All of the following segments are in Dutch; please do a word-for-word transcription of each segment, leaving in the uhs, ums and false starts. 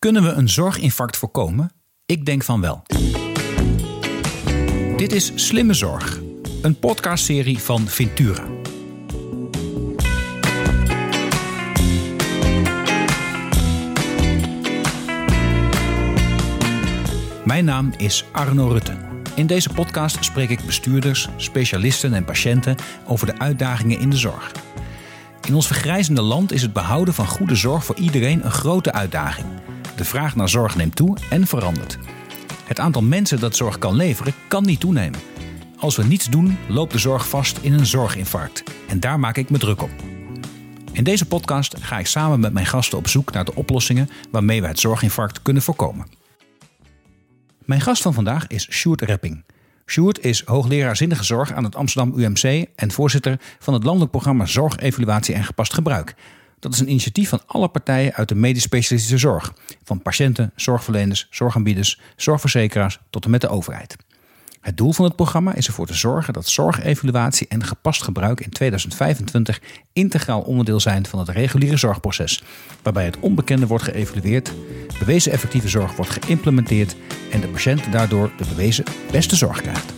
Kunnen we een zorginfarct voorkomen? Ik denk van wel. Dit is Slimme Zorg, een podcastserie van Vintura. Mijn naam is Arno Rutte. In deze podcast spreek ik bestuurders, specialisten en patiënten over de uitdagingen in de zorg. In ons vergrijzende land is het behouden van goede zorg voor iedereen een grote uitdaging. De vraag naar zorg neemt toe en verandert. Het aantal mensen dat zorg kan leveren, kan niet toenemen. Als we niets doen, loopt de zorg vast in een zorginfarct. En daar maak ik me druk op. In deze podcast ga ik samen met mijn gasten op zoek naar de oplossingen waarmee we het zorginfarct kunnen voorkomen. Mijn gast van vandaag is Sjoerd Repping. Sjoerd is hoogleraar zinnige zorg aan het Amsterdam U M C en voorzitter van het landelijk programma Zorg, Evaluatie en Gepast Gebruik. Dat is een initiatief van alle partijen uit de medisch specialistische zorg. Van patiënten, zorgverleners, zorgaanbieders, zorgverzekeraars tot en met de overheid. Het doel van het programma is ervoor te zorgen dat zorgevaluatie en gepast gebruik in tweeduizend vijfentwintig integraal onderdeel zijn van het reguliere zorgproces. Waarbij het onbekende wordt geëvalueerd, bewezen effectieve zorg wordt geïmplementeerd en de patiënt daardoor de bewezen beste zorg krijgt.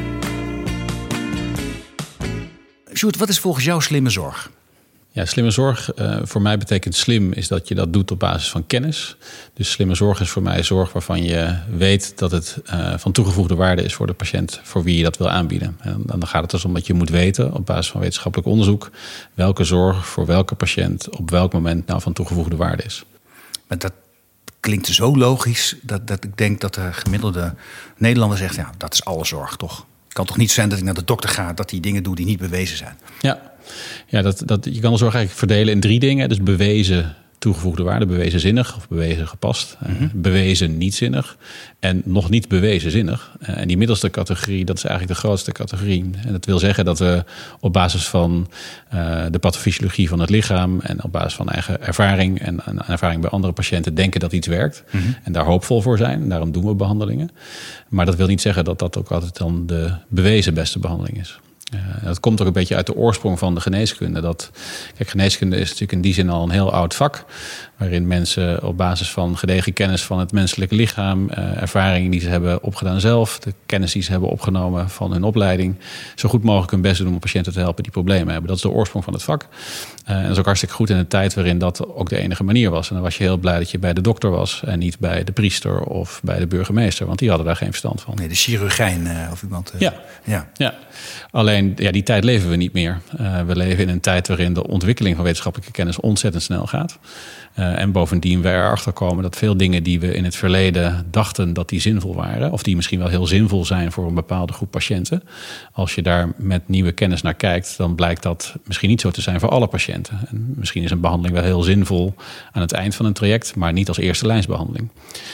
Sjoerd, wat is volgens jou slimme zorg? Ja, slimme zorg uh, voor mij betekent slim is dat je dat doet op basis van kennis. Dus slimme zorg is voor mij zorg waarvan je weet dat het uh, van toegevoegde waarde is voor de patiënt voor wie je dat wil aanbieden. En dan gaat het dus om dat je moet weten op basis van wetenschappelijk onderzoek welke zorg voor welke patiënt op welk moment nou van toegevoegde waarde is. Maar dat klinkt zo logisch dat, dat ik denk dat de gemiddelde Nederlander zegt, ja, dat is alle zorg toch? Het kan toch niet zijn dat ik naar de dokter ga dat die dingen doe die niet bewezen zijn? Ja. Ja, dat, dat, je kan de zorg eigenlijk verdelen in drie dingen. Dus bewezen toegevoegde waarde, bewezen zinnig of bewezen gepast. Mm-hmm. Bewezen niet zinnig en nog niet bewezen zinnig. En die middelste categorie, dat is eigenlijk de grootste categorie. En dat wil zeggen dat we op basis van uh, de pathofysiologie van het lichaam en op basis van eigen ervaring en, en ervaring bij andere patiënten denken dat iets werkt. Mm-hmm. En daar hoopvol voor zijn. Daarom doen we behandelingen. Maar dat wil niet zeggen dat dat ook altijd dan de bewezen beste behandeling is. Uh, dat komt ook een beetje uit de oorsprong van de geneeskunde. Dat, kijk, geneeskunde is natuurlijk in die zin al een heel oud vak. Waarin mensen op basis van gedegen kennis van het menselijke lichaam, uh, ervaringen die ze hebben opgedaan zelf, de kennis die ze hebben opgenomen van hun opleiding, zo goed mogelijk hun best doen om patiënten te helpen die problemen hebben. Dat is de oorsprong van het vak. Uh, en dat is ook hartstikke goed in een tijd waarin dat ook de enige manier was. En dan was je heel blij dat je bij de dokter was en niet bij de priester of bij de burgemeester. Want die hadden daar geen verstand van. Nee, de chirurgijn uh, of iemand. Uh, ja. Ja. ja, alleen ja, die tijd leven we niet meer. Uh, we leven in een tijd waarin de ontwikkeling van wetenschappelijke kennis ontzettend snel gaat. Uh, en bovendien we erachter komen dat veel dingen die we in het verleden dachten dat die zinvol waren, of die misschien wel heel zinvol zijn voor een bepaalde groep patiënten, als je daar met nieuwe kennis naar kijkt, dan blijkt dat misschien niet zo te zijn voor alle patiënten. En misschien is een behandeling wel heel zinvol aan het eind van een traject, maar niet als eerste lijnsbehandeling.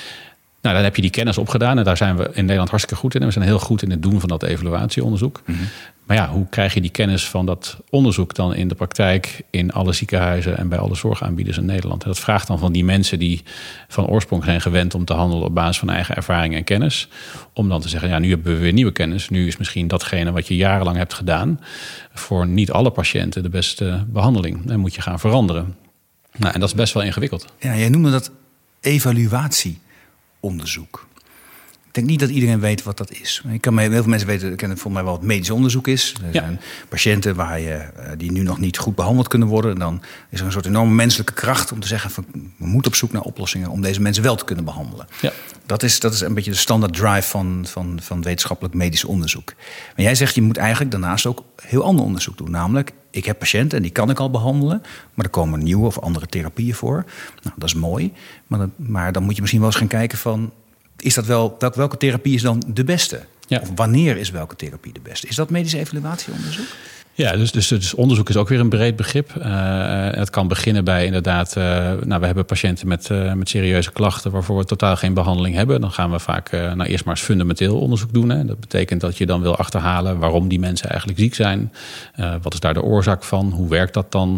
Nou, dan heb je die kennis opgedaan en daar zijn we in Nederland hartstikke goed in. En we zijn heel goed in het doen van dat evaluatieonderzoek. Mm-hmm. Maar ja, hoe krijg je die kennis van dat onderzoek dan in de praktijk in alle ziekenhuizen en bij alle zorgaanbieders in Nederland? En dat vraagt dan van die mensen die van oorsprong zijn gewend om te handelen op basis van eigen ervaring en kennis. Om dan te zeggen, ja, nu hebben we weer nieuwe kennis. Nu is misschien datgene wat je jarenlang hebt gedaan voor niet alle patiënten de beste behandeling. Dan moet je gaan veranderen. Nou, en dat is best wel ingewikkeld. Ja, jij noemde dat evaluatie. Onderzoek. Ik denk niet dat iedereen weet wat dat is. Ik kan, heel veel mensen weten, kennen volgens mij wel wat medisch onderzoek is. Er ja. zijn patiënten waar je, die nu nog niet goed behandeld kunnen worden. En dan is er een soort enorme menselijke kracht om te zeggen van, we moeten op zoek naar oplossingen om deze mensen wel te kunnen behandelen. Ja. Dat is, dat is een beetje de standaard drive van, van, van wetenschappelijk medisch onderzoek. Maar jij zegt, je moet eigenlijk daarnaast ook heel ander onderzoek doen. Namelijk, ik heb patiënten en die kan ik al behandelen, maar er komen nieuwe of andere therapieën voor. Nou, dat is mooi. Maar, dat, maar dan moet je misschien wel eens gaan kijken van, is dat wel, welke, welke therapie is dan de beste? Ja. Of wanneer is welke therapie de beste? Is dat medisch evaluatieonderzoek? Ja, dus, dus, dus onderzoek is ook weer een breed begrip. Uh, het kan beginnen bij inderdaad, uh, nou, we hebben patiënten met, uh, met serieuze klachten waarvoor we totaal geen behandeling hebben. Dan gaan we vaak uh, nou, eerst maar eens fundamenteel onderzoek doen. Hè. Dat betekent dat je dan wil achterhalen waarom die mensen eigenlijk ziek zijn. Uh, wat is daar de oorzaak van? Hoe werkt dat dan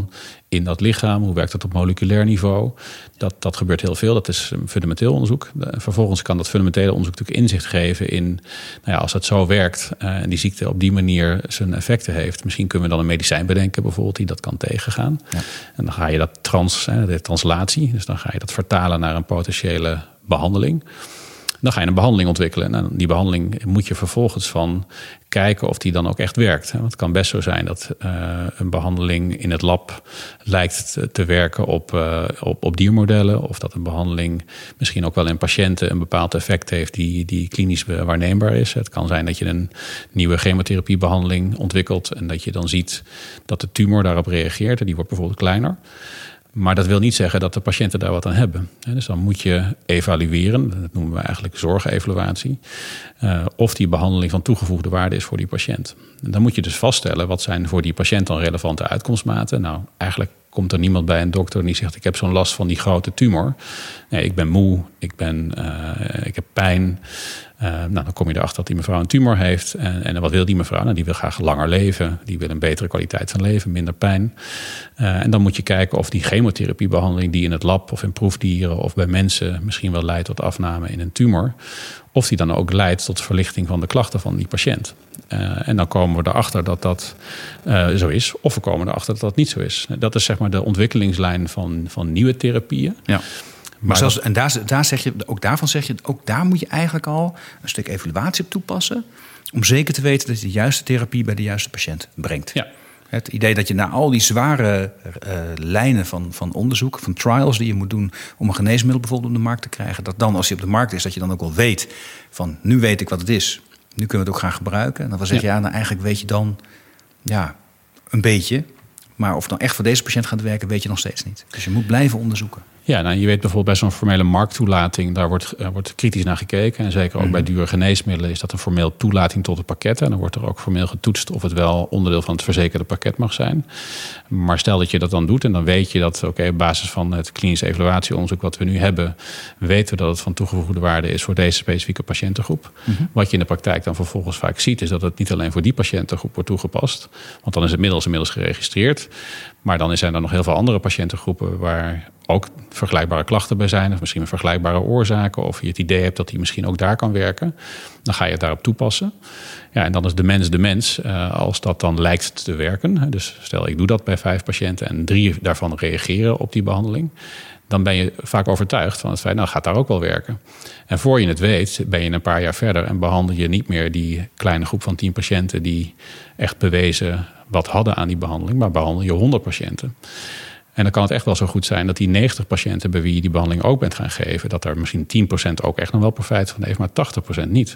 in dat lichaam? Hoe werkt dat op moleculair niveau? Dat, dat gebeurt heel veel. Dat is fundamenteel onderzoek. Vervolgens kan dat fundamentele onderzoek natuurlijk inzicht geven in, nou ja, als het zo werkt uh, en die ziekte op die manier zijn effecten heeft, misschien kunnen we dan een medicijn bedenken bijvoorbeeld die dat kan tegengaan. Ja. En dan ga je dat trans, hè, de translatie, dus dan ga je dat vertalen naar een potentiële behandeling. Dan ga je een behandeling ontwikkelen. En die behandeling moet je vervolgens van kijken of die dan ook echt werkt. Want het kan best zo zijn dat uh, een behandeling in het lab lijkt te, te werken op, uh, op, op diermodellen. Of dat een behandeling misschien ook wel in patiënten een bepaald effect heeft die, die klinisch waarneembaar is. Het kan zijn dat je een nieuwe chemotherapiebehandeling ontwikkelt en dat je dan ziet dat de tumor daarop reageert. En die wordt bijvoorbeeld kleiner. Maar dat wil niet zeggen dat de patiënten daar wat aan hebben. Dus dan moet je evalueren, dat noemen we eigenlijk zorgevaluatie, uh, of die behandeling van toegevoegde waarde is voor die patiënt. En dan moet je dus vaststellen, wat zijn voor die patiënt dan relevante uitkomstmaten? Nou, eigenlijk komt er niemand bij een dokter die zegt, ik heb zo'n last van die grote tumor. Nee, ik ben moe, ik, ben, uh, ik heb pijn. Uh, nou, dan kom je erachter dat die mevrouw een tumor heeft. En, en wat wil die mevrouw? Nou, die wil graag langer leven. Die wil een betere kwaliteit van leven, minder pijn. Uh, en dan moet je kijken of die chemotherapiebehandeling die in het lab of in proefdieren of bij mensen misschien wel leidt tot afname in een tumor, of die dan ook leidt tot verlichting van de klachten van die patiënt. Uh, en dan komen we erachter dat dat uh, zo is. Of we komen erachter dat dat niet zo is. Dat is zeg maar de ontwikkelingslijn van, van nieuwe therapieën. Ja. Maar zelfs, en daar, daar zeg je, ook daarvan zeg je, ook daar moet je eigenlijk al een stuk evaluatie op toepassen, om zeker te weten dat je de juiste therapie bij de juiste patiënt brengt. Ja. Het idee dat je na al die zware uh, lijnen van, van onderzoek, van trials die je moet doen om een geneesmiddel bijvoorbeeld op de markt te krijgen, dat dan als die op de markt is, dat je dan ook wel weet van, nu weet ik wat het is. Nu kunnen we het ook gaan gebruiken. En dan zeg je, ja, ja nou eigenlijk weet je dan ja, een beetje. Maar of het dan echt voor deze patiënt gaat werken, weet je nog steeds niet. Dus je moet blijven onderzoeken. Ja, nou, je weet bijvoorbeeld bij zo'n formele markttoelating, daar wordt, uh, wordt kritisch naar gekeken. En zeker ook mm. bij dure geneesmiddelen is dat een formeel toelating tot het pakket. En dan wordt er ook formeel getoetst of het wel onderdeel van het verzekerde pakket mag zijn. Maar stel dat je dat dan doet en dan weet je dat, oké, okay, op basis van het klinisch evaluatieonderzoek wat we nu hebben, weten we dat het van toegevoegde waarde is voor deze specifieke patiëntengroep. Mm-hmm. Wat je in de praktijk dan vervolgens vaak ziet, is dat het niet alleen voor die patiëntengroep wordt toegepast. Want dan is het middels inmiddels geregistreerd. Maar dan zijn er nog heel veel andere patiëntengroepen waar ook vergelijkbare klachten bij zijn, of misschien vergelijkbare oorzaken, of je het idee hebt dat die misschien ook daar kan werken. Dan ga je het daarop toepassen. Ja, en dan is de mens de mens, uh, als dat dan lijkt te werken. Dus stel, ik doe dat bij vijf patiënten en drie daarvan reageren op die behandeling. Dan ben je vaak overtuigd van het feit, nou gaat daar ook wel werken. En voor je het weet, ben je een paar jaar verder en behandel je niet meer die kleine groep van tien patiënten die echt bewezen wat hadden aan die behandeling, maar behandel je honderd patiënten. En dan kan het echt wel zo goed zijn dat die negentig patiënten bij wie je die behandeling ook bent gaan geven, dat er misschien tien procent ook echt nog wel profijt van heeft, maar tachtig procent niet.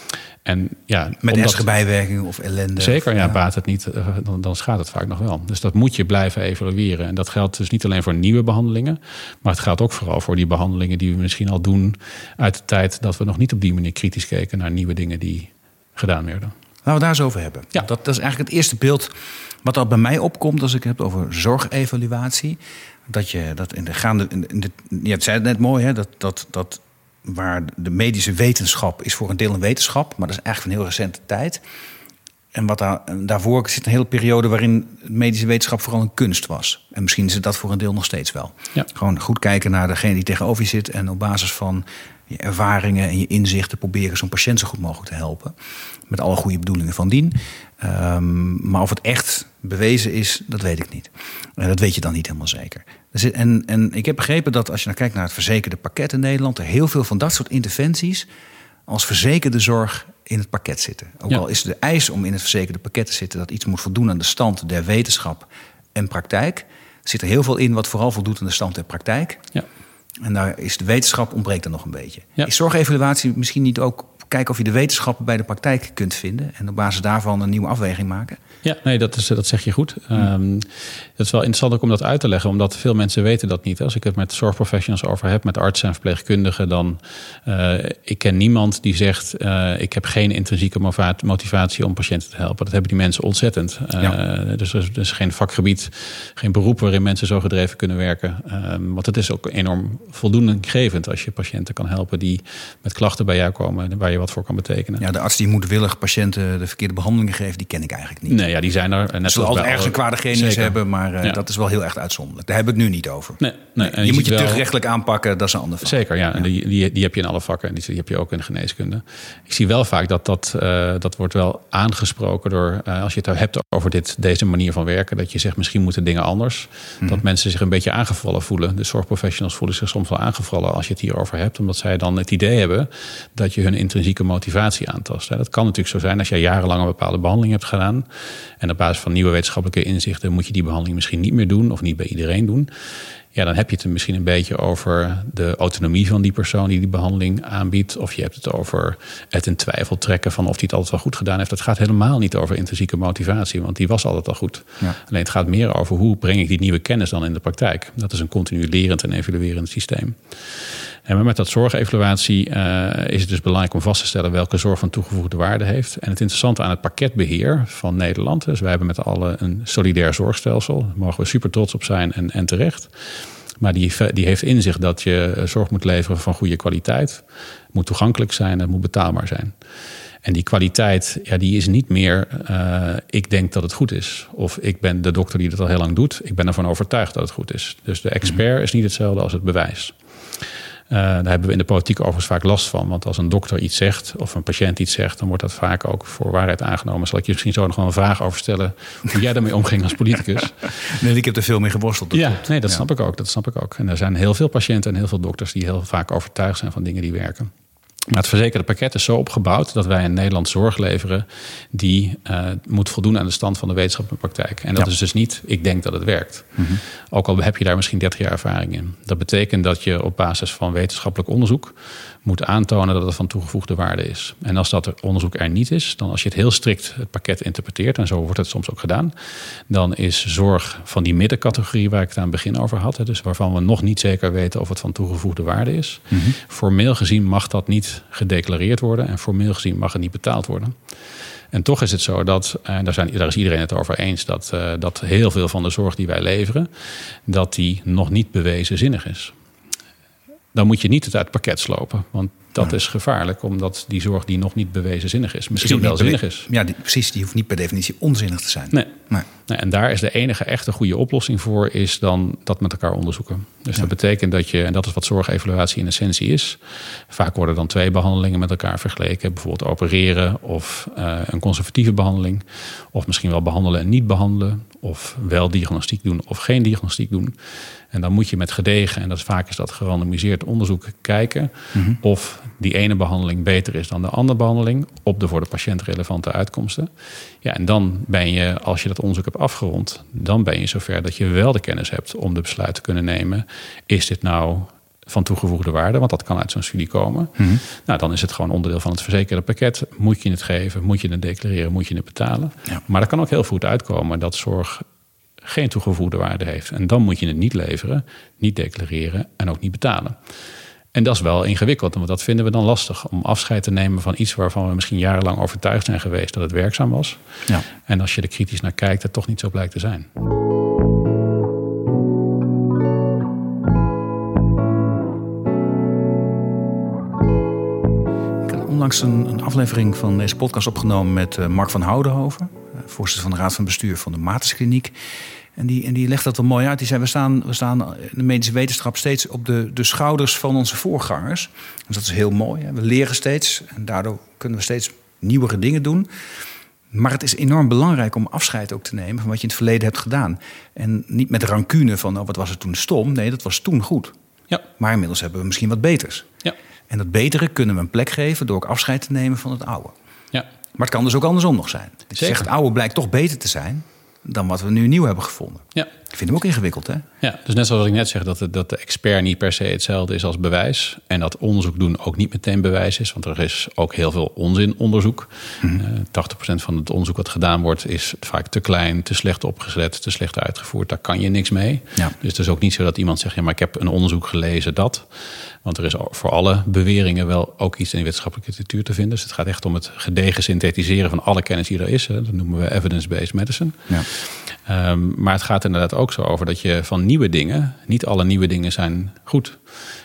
En ja, met omdat, ernstige bijwerkingen of ellende. Zeker, of, ja, ja, baat het niet, dan, dan schaadt het vaak nog wel. Dus dat moet je blijven evalueren. En dat geldt dus niet alleen voor nieuwe behandelingen, maar het geldt ook vooral voor die behandelingen die we misschien al doen uit de tijd dat we nog niet op die manier kritisch keken naar nieuwe dingen die gedaan werden. Laten we daar eens over hebben. Ja. Dat, dat is eigenlijk het eerste beeld wat al bij mij opkomt als ik het heb over zorgevaluatie. Dat je dat in de gaande. In de, je ja, zei het net mooi, hè, dat, dat, dat waar de medische wetenschap is voor een deel een wetenschap, maar dat is eigenlijk van heel recente tijd. En wat daar, daarvoor zit een hele periode waarin medische wetenschap vooral een kunst was. En misschien is het dat voor een deel nog steeds wel. Ja. Gewoon goed kijken naar degene die tegenover je zit en op basis van je ervaringen en je inzichten proberen zo'n patiënt zo goed mogelijk te helpen. Met alle goede bedoelingen van dien. Um, maar of het echt bewezen is, dat weet ik niet. En dat weet je dan niet helemaal zeker. En, en ik heb begrepen dat als je nou kijkt naar het verzekerde pakket in Nederland, er heel veel van dat soort interventies als verzekerde zorg in het pakket zitten. Ook ja. al is de eis om in het verzekerde pakket te zitten dat iets moet voldoen aan de stand der wetenschap en praktijk, zit er heel veel in wat vooral voldoet aan de stand der praktijk. Ja. En daar is de wetenschap ontbreekt er nog een beetje. Ja. Is zorgevaluatie misschien niet ook kijken of je de wetenschap bij de praktijk kunt vinden en op basis daarvan een nieuwe afweging maken? Ja, nee, dat, is, dat zeg je goed. Hmm. Um, het is wel interessant ook om dat uit te leggen, omdat veel mensen weten dat niet. Als ik het met zorgprofessionals over heb, met artsen en verpleegkundigen, dan uh, ik ken niemand die zegt, uh, ik heb geen intrinsieke motivatie om patiënten te helpen. Dat hebben die mensen ontzettend. Uh, ja. Dus er is, er is geen vakgebied, geen beroep waarin mensen zo gedreven kunnen werken. Um, want het is ook enorm voldoeninggevend als je patiënten kan helpen die met klachten bij jou komen, waar je wat wat voor kan betekenen. Ja, de arts die moedwillig patiënten de verkeerde behandelingen geeft, die ken ik eigenlijk niet. Nee, ja, die zijn er. Net Ze zullen altijd ergens een kwade genius hebben, maar uh, ja. dat is wel heel erg uitzonderlijk. Daar hebben we het nu niet over. Nee, nee, nee, je, je moet je wel... terugrechtelijk aanpakken, dat is een ander verhaal. Zeker, ja. ja. En die, die, die heb je in alle vakken en die, die heb je ook in de geneeskunde. Ik zie wel vaak dat dat, uh, dat wordt wel aangesproken door, uh, als je het hebt over dit, deze manier van werken, dat je zegt misschien moeten dingen anders. Hmm. Dat mensen zich een beetje aangevallen voelen. De zorgprofessionals voelen zich soms wel aangevallen als je het hierover hebt, omdat zij dan het idee hebben dat je hun intrinsieke motivatie aantast. Dat kan natuurlijk zo zijn als jij jarenlang een bepaalde behandeling hebt gedaan en op basis van nieuwe wetenschappelijke inzichten moet je die behandeling misschien niet meer doen of niet bij iedereen doen. Ja, dan heb je het misschien een beetje over de autonomie van die persoon die die behandeling aanbiedt. Of je hebt het over het in twijfel trekken van of hij het altijd wel goed gedaan heeft. Dat gaat helemaal niet over intrinsieke motivatie, want die was altijd al goed. Ja. Alleen het gaat meer over hoe breng ik die nieuwe kennis dan in de praktijk. Dat is een continu lerend en evaluerend systeem. En met dat zorgevaluatie uh, is het dus belangrijk om vast te stellen welke zorg van toegevoegde waarde heeft. En het interessante aan het pakketbeheer van Nederland, dus wij hebben met allen een solidair zorgstelsel. Daar mogen we super trots op zijn en, en terecht. Maar die, die heeft in zich dat je zorg moet leveren van goede kwaliteit. Het moet toegankelijk zijn, het moet betaalbaar zijn. En die kwaliteit, ja, die is niet meer, uh, ik denk dat het goed is. Of ik ben de dokter die dat al heel lang doet. Ik ben ervan overtuigd dat het goed is. Dus de expert is niet hetzelfde als het bewijs. Uh, daar hebben we in de politiek overigens vaak last van. Want als een dokter iets zegt of een patiënt iets zegt, dan wordt dat vaak ook voor waarheid aangenomen. Zal ik je misschien zo nog wel een vraag over stellen hoe jij daarmee omging als politicus? Nee, ik heb er veel mee geworsteld. Ja, goed. nee, dat ja. snap ik ook. Dat snap ik ook. En er zijn heel veel patiënten en heel veel dokters die heel vaak overtuigd zijn van dingen die werken. Maar het verzekerde pakket is zo opgebouwd dat wij in Nederland zorg leveren die uh, moet voldoen aan de stand van de wetenschappelijke praktijk. En dat ja. is dus niet, ik denk dat het werkt. Mm-hmm. Ook al heb je daar misschien dertig jaar ervaring in. Dat betekent dat je op basis van wetenschappelijk onderzoek moet aantonen dat het van toegevoegde waarde is. En als dat onderzoek er niet is, dan als je het heel strikt het pakket interpreteert, en zo wordt het soms ook gedaan, dan is zorg van die middencategorie waar ik het aan het begin over had, dus waarvan we nog niet zeker weten of het van toegevoegde waarde is. Mm-hmm. Formeel gezien mag dat niet gedeclareerd worden en formeel gezien mag het niet betaald worden. En toch is het zo dat, en daar, zijn, daar is iedereen het over eens, dat, uh, dat heel veel van de zorg die wij leveren, dat die nog niet bewezen zinnig is. Dan moet je niet het uit het pakket slopen. Want dat ja. is gevaarlijk, omdat die zorg die nog niet bewezen zinnig is, misschien wel zinnig is. Ja, die, precies. Die hoeft niet per definitie onzinnig te zijn. Nee. nee. nee en daar is de enige echte goede oplossing voor, is dan dat met elkaar onderzoeken. Dus ja. dat betekent dat je, en dat is wat zorgevaluatie in essentie is. Vaak worden dan twee behandelingen met elkaar vergeleken. Bijvoorbeeld opereren of uh, een conservatieve behandeling. Of misschien wel behandelen en niet behandelen. Of wel diagnostiek doen of geen diagnostiek doen. En dan moet je met gedegen, en dat is vaak is dat gerandomiseerd onderzoek, kijken mm-hmm. of die ene behandeling beter is dan de andere behandeling op de voor de patiënt relevante uitkomsten. Ja, en dan ben je, als je dat onderzoek hebt afgerond, dan ben je zover dat je wel de kennis hebt om de besluit te kunnen nemen. Is dit nou van toegevoegde waarde? Want dat kan uit zo'n studie komen. Mm-hmm. Nou, dan is het gewoon onderdeel van het verzekerde pakket. Moet je het geven? Moet je het declareren? Moet je het betalen? Ja. Maar dat kan ook heel goed uitkomen dat zorg geen toegevoegde waarde heeft. En dan moet je het niet leveren, niet declareren en ook niet betalen. En dat is wel ingewikkeld, want dat vinden we dan lastig. Om afscheid te nemen van iets waarvan we misschien jarenlang overtuigd zijn geweest dat het werkzaam was. Ja. En als je er kritisch naar kijkt, het toch niet zo blijkt te zijn. Ik had onlangs een, een aflevering van deze podcast opgenomen met uh, Mark van Houdenhoven, voorzitter van de Raad van Bestuur van de Matis Kliniek. En die, en die legt dat wel mooi uit. Die zei, we staan, we staan in de medische wetenschap steeds op de, de schouders van onze voorgangers. Dus dat is heel mooi. Hè? We leren steeds en daardoor kunnen we steeds nieuwere dingen doen. Maar het is enorm belangrijk om afscheid ook te nemen van wat je in het verleden hebt gedaan. En niet met rancune van, oh, wat was het toen stom? Nee, dat was toen goed. Ja. Maar inmiddels hebben we misschien wat beters. Ja. En dat betere kunnen we een plek geven door ook afscheid te nemen van het oude. Ja. Maar het kan dus ook andersom nog zijn. Dus je zegt, het oude blijkt toch beter te zijn dan wat we nu nieuw hebben gevonden. Ja. Ik vind hem ook ingewikkeld, hè? Ja, dus net zoals ik net zeg, dat de, dat de expert niet per se hetzelfde is als bewijs. En dat onderzoek doen ook niet meteen bewijs is. Want er is ook heel veel onzinonderzoek. Mm-hmm. Uh, tachtig procent van het onderzoek wat gedaan wordt is vaak te klein, te slecht opgezet, te slecht uitgevoerd. Daar kan je niks mee. Ja. Dus het is ook niet zo dat iemand zegt, ja, maar ik heb een onderzoek gelezen dat. Want er is voor alle beweringen wel ook iets in de wetenschappelijke literatuur te vinden. Dus het gaat echt om het gedegen synthetiseren van alle kennis die er is. Hè. Dat noemen we evidence-based medicine. Ja. Um, maar het gaat inderdaad ook zo over dat je van nieuwe dingen, niet alle nieuwe dingen zijn goed.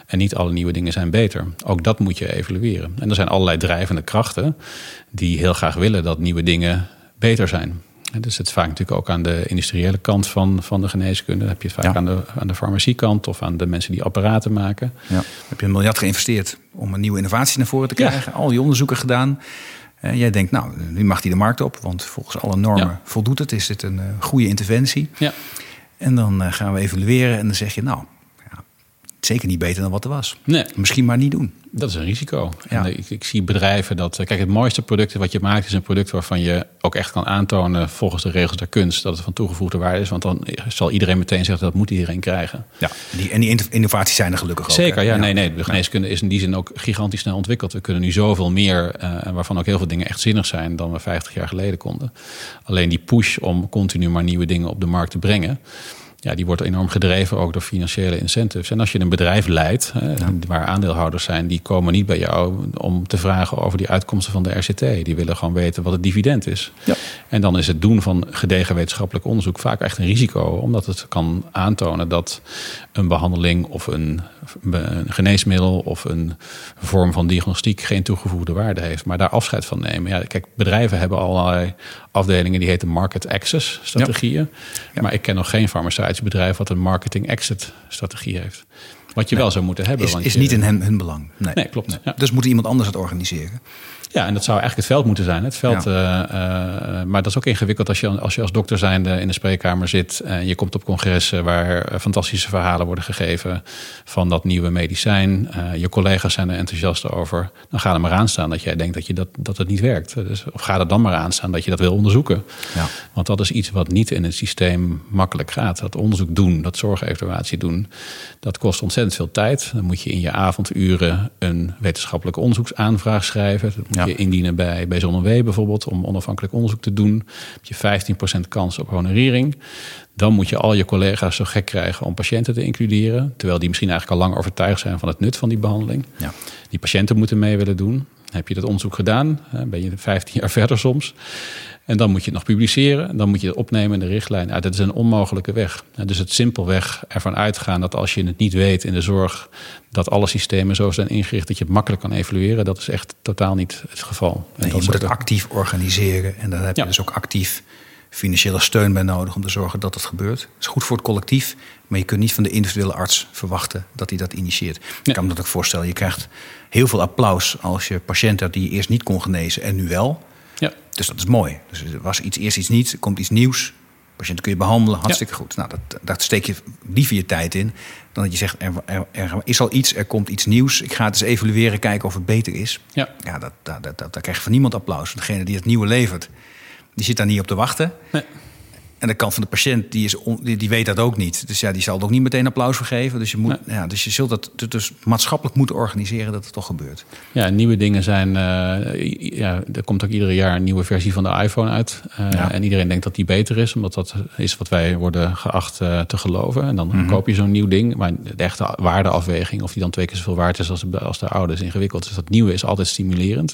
En niet alle nieuwe dingen zijn beter. Ook dat moet je evalueren. En er zijn allerlei drijvende krachten die heel graag willen dat nieuwe dingen beter zijn. En dus het is vaak natuurlijk ook aan de industriële kant van, van de geneeskunde. Dan heb je het vaak ja. aan, de, aan de farmaciekant of aan de mensen die apparaten maken. Ja. Heb je een miljard geïnvesteerd om een nieuwe innovatie naar voren te krijgen. Ja. Al die onderzoeken gedaan. Uh, jij denkt, nou, nu mag die de markt op. Want volgens alle normen ja. voldoet het. Is dit een uh, goede interventie? Ja. En dan uh, gaan we evalueren en dan zeg je, nou, ja, zeker niet beter dan wat er was. Nee. Misschien maar niet doen. Dat is een risico. Ja. En ik, ik zie bedrijven dat... Kijk, het mooiste product wat je maakt is een product waarvan je ook echt kan aantonen volgens de regels der kunst dat het van toegevoegde waarde is. Want dan zal iedereen meteen zeggen dat moet iedereen krijgen. Ja, die, en die innovaties zijn er gelukkig ook. Zeker, ja, ja. Nee, nee. De geneeskunde is in die zin ook gigantisch snel ontwikkeld. We kunnen nu zoveel meer, uh, waarvan ook heel veel dingen echt zinnig zijn dan we vijftig jaar geleden konden. Alleen die push om continu maar nieuwe dingen op de markt te brengen, ja, die wordt enorm gedreven ook door financiële incentives. En als je een bedrijf leidt, hè, ja. waar aandeelhouders zijn, die komen niet bij jou om te vragen over die uitkomsten van de R C T. Die willen gewoon weten wat het dividend is. Ja. En dan is het doen van gedegen wetenschappelijk onderzoek vaak echt een risico, omdat het kan aantonen dat een behandeling of een, een geneesmiddel of een vorm van diagnostiek geen toegevoegde waarde heeft. Maar daar afscheid van nemen. Ja, kijk, bedrijven hebben allerlei afdelingen die heten market access strategieën. Ja. Ja. Maar ik ken nog geen farmaceutisch bedrijf wat een marketing exit strategie heeft. Wat je nee. wel zou moeten hebben. Is, want is je, niet in hun, hun belang. Nee, nee klopt. Nee. Ja. Dus moet iemand anders het organiseren. Ja, en dat zou eigenlijk het veld moeten zijn. Het veld, ja. uh, uh, maar dat is ook ingewikkeld als je als, je als dokter zijnde in de spreekkamer zit. En je komt op congressen waar fantastische verhalen worden gegeven van dat nieuwe medicijn. Uh, je collega's zijn er enthousiast over. Dan ga er maar aan staan dat jij denkt dat, je dat, dat het niet werkt. Dus, of ga er dan maar aan staan dat je dat wil onderzoeken. Ja. Want dat is iets wat niet in het systeem makkelijk gaat. Dat onderzoek doen, dat zorgevaluatie doen, dat kost ontzettend veel tijd. Dan moet je in je avonduren een wetenschappelijke onderzoeksaanvraag schrijven. Dat moet ja. je indienen bij, bij Zonnewee bijvoorbeeld om onafhankelijk onderzoek te doen. Dan heb je vijftien procent kans op honorering. Dan moet je al je collega's zo gek krijgen om patiënten te includeren. Terwijl die misschien eigenlijk al lang overtuigd zijn van het nut van die behandeling. Ja. Die patiënten moeten mee willen doen. Heb je dat onderzoek gedaan? Ben je vijftien jaar verder soms. En dan moet je het nog publiceren. Dan moet je het opnemen in de richtlijn. Ja, dat is een onmogelijke weg. Dus het simpelweg ervan uitgaan dat als je het niet weet in de zorg, dat alle systemen zo zijn ingericht dat je het makkelijk kan evalueren. Dat is echt totaal niet het geval. Nee, je moet het actief organiseren. En daar heb je ja. dus ook actief financiële steun bij nodig om te zorgen dat het gebeurt. Het is goed voor het collectief, maar je kunt niet van de individuele arts verwachten dat hij dat initieert. Nee. Ik kan me dat ook voorstellen. Je krijgt heel veel applaus als je patiënt hebt die je eerst niet kon genezen en nu wel. Ja. Dus dat is mooi. Dus er was iets, eerst iets niet, er komt iets nieuws. Patiënten kun je behandelen, hartstikke ja. goed. Nou, dat, daar steek je liever je tijd in dan dat je zegt, er, er, er is al iets, er komt iets nieuws. Ik ga het eens evalueren, kijken of het beter is. Ja, ja dat, dat, dat, dat, daar krijg je van niemand applaus. Degene die het nieuwe levert, die zit daar niet op te wachten. Nee. En de kant van de patiënt, die, is on, die, die weet dat ook niet. Dus ja, die zal er ook niet meteen applaus voor geven. Dus je, moet, nee. ja, dus je zult dat dus maatschappelijk moeten organiseren dat het toch gebeurt. Ja, nieuwe dingen zijn... Uh, ja, er komt ook iedere jaar een nieuwe versie van de iPhone uit. Uh, ja. En iedereen denkt dat die beter is. Omdat dat is wat wij worden geacht uh, te geloven. En dan mm-hmm. koop je zo'n nieuw ding. Maar de echte waardeafweging, of die dan twee keer zoveel waard is als de, als de oude, is ingewikkeld. Dus dat nieuwe is altijd stimulerend.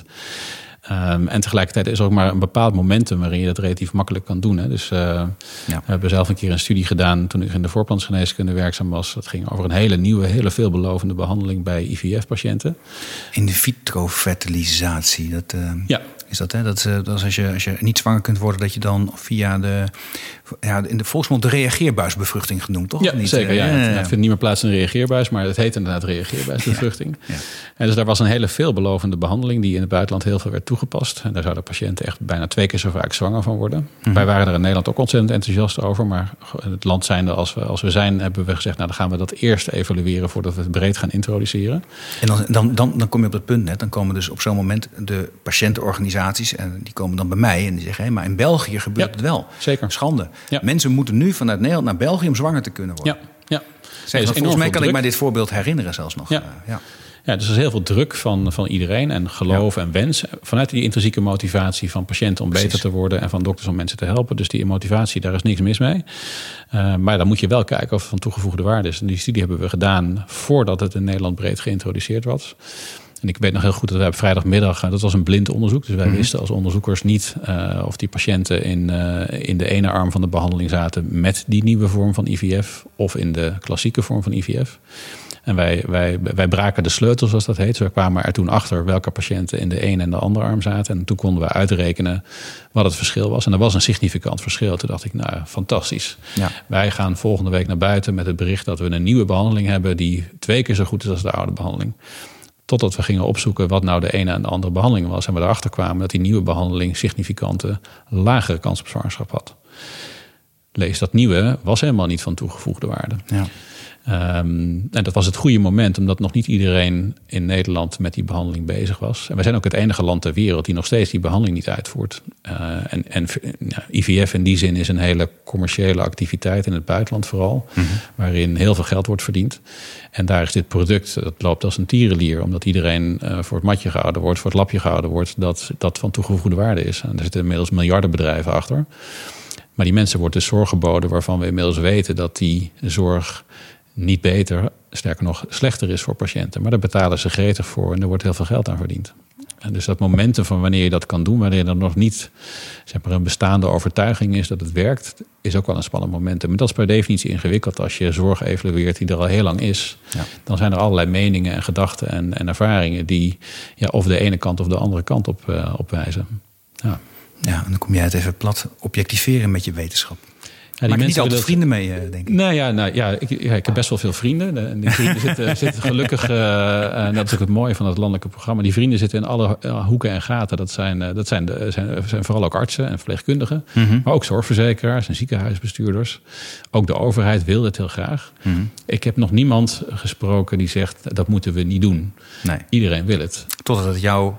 Um, en tegelijkertijd is er ook maar een bepaald momentum waarin je dat relatief makkelijk kan doen. Hè. Dus uh, ja. we hebben zelf een keer een studie gedaan toen ik in de voorplantsgeneeskunde werkzaam was. Dat ging over een hele nieuwe, hele veelbelovende behandeling bij I V F-patiënten. In vitro fertilisatie, dat... Uh... Ja. Is dat, hè? Dat, dat is als je, als je niet zwanger kunt worden, dat je dan via de, ja, in de volksmond de reageerbuisbevruchting genoemd, toch? Ja, niet? zeker. Ja. Ja, ja, ja. Het vindt niet meer plaats in een reageerbuis, maar het heet inderdaad reageerbuisbevruchting. Ja, ja. En dus daar was een hele veelbelovende behandeling die in het buitenland heel veel werd toegepast. En daar zouden patiënten echt bijna twee keer zo vaak zwanger van worden. Mm-hmm. Wij waren er in Nederland ook ontzettend enthousiast over, maar het land zijnde als we, als we zijn, hebben we gezegd, nou dan gaan we dat eerst evalueren voordat we het breed gaan introduceren. En dan, dan, dan, dan kom je op het punt net, dan komen dus op zo'n moment de patiëntenorganisaties en die komen dan bij mij en die zeggen, hé, maar in België gebeurt ja, het wel. Zeker. Schande. Ja. Mensen moeten nu vanuit Nederland naar België om zwanger te kunnen worden. Ja, ja. Zeg, nee, volgens mij kan druk. ik mij dit voorbeeld herinneren zelfs nog. Ja. Uh, ja. Ja, dus er is heel veel druk van, van iedereen en geloof ja. en wens. Vanuit die intrinsieke motivatie van patiënten om Precies. beter te worden en van dokters om mensen te helpen. Dus die motivatie, daar is niks mis mee. Uh, maar dan moet je wel kijken of het van toegevoegde waarde is. En die studie hebben we gedaan voordat het in Nederland breed geïntroduceerd was. En ik weet nog heel goed dat wij op vrijdagmiddag, dat was een blind onderzoek. Dus wij mm-hmm. wisten als onderzoekers niet uh, of die patiënten in, uh, in de ene arm van de behandeling zaten met die nieuwe vorm van I V F of in de klassieke vorm van I V F. En wij, wij, wij braken de sleutel, zoals dat heet. Dus we kwamen er toen achter welke patiënten in de ene en de andere arm zaten. En toen konden we uitrekenen wat het verschil was. En dat was een significant verschil. Toen dacht ik, nou fantastisch. Ja. Wij gaan volgende week naar buiten met het bericht dat we een nieuwe behandeling hebben die twee keer zo goed is als de oude behandeling. Totdat we gingen opzoeken wat nou de ene en de andere behandeling was. En we erachter kwamen dat die nieuwe behandeling significante lagere kans op zwangerschap had. Lees, dat nieuwe was helemaal niet van toegevoegde waarde. Ja. Um, en dat was het goede moment, omdat nog niet iedereen in Nederland met die behandeling bezig was. En wij zijn ook het enige land ter wereld die nog steeds die behandeling niet uitvoert. Uh, en en ja, I V F in die zin is een hele commerciële activiteit in het buitenland vooral, mm-hmm. waarin heel veel geld wordt verdiend. En daar is dit product, dat loopt als een tierenlier, omdat iedereen uh, voor het matje gehouden wordt, voor het lapje gehouden wordt, dat dat van toegevoegde waarde is. En er zitten inmiddels miljardenbedrijven achter. Maar die mensen wordt dus zorg geboden waarvan we inmiddels weten dat die zorg niet beter, sterker nog slechter is voor patiënten. Maar daar betalen ze gretig voor en er wordt heel veel geld aan verdiend. En dus dat momentum van wanneer je dat kan doen, wanneer er nog niet zeg maar, een bestaande overtuiging is dat het werkt, is ook wel een spannend momentum. Maar dat is per definitie ingewikkeld als je zorg evalueert die er al heel lang is. Ja. Dan zijn er allerlei meningen en gedachten en, en ervaringen die ja, of de ene kant of de andere kant op, uh, op wijzen. Ja. Ja, en dan kom jij het even plat objectiveren met je wetenschap. Ja, die Maak je niet altijd vrienden mee, denk ik. Nou ja, nou, ja, ik, ja, ik heb best wel veel vrienden. En die vrienden zitten, zitten gelukkig, uh, en dat is ook het mooie van het landelijke programma. Die vrienden zitten in alle uh, hoeken en gaten. Dat zijn, uh, dat zijn, de, zijn, zijn vooral ook artsen en verpleegkundigen. Mm-hmm. Maar ook zorgverzekeraars en ziekenhuisbestuurders. Ook de overheid wil het heel graag. Mm-hmm. Ik heb nog niemand gesproken die zegt, dat moeten we niet doen. Nee. Iedereen wil het. Totdat het jouw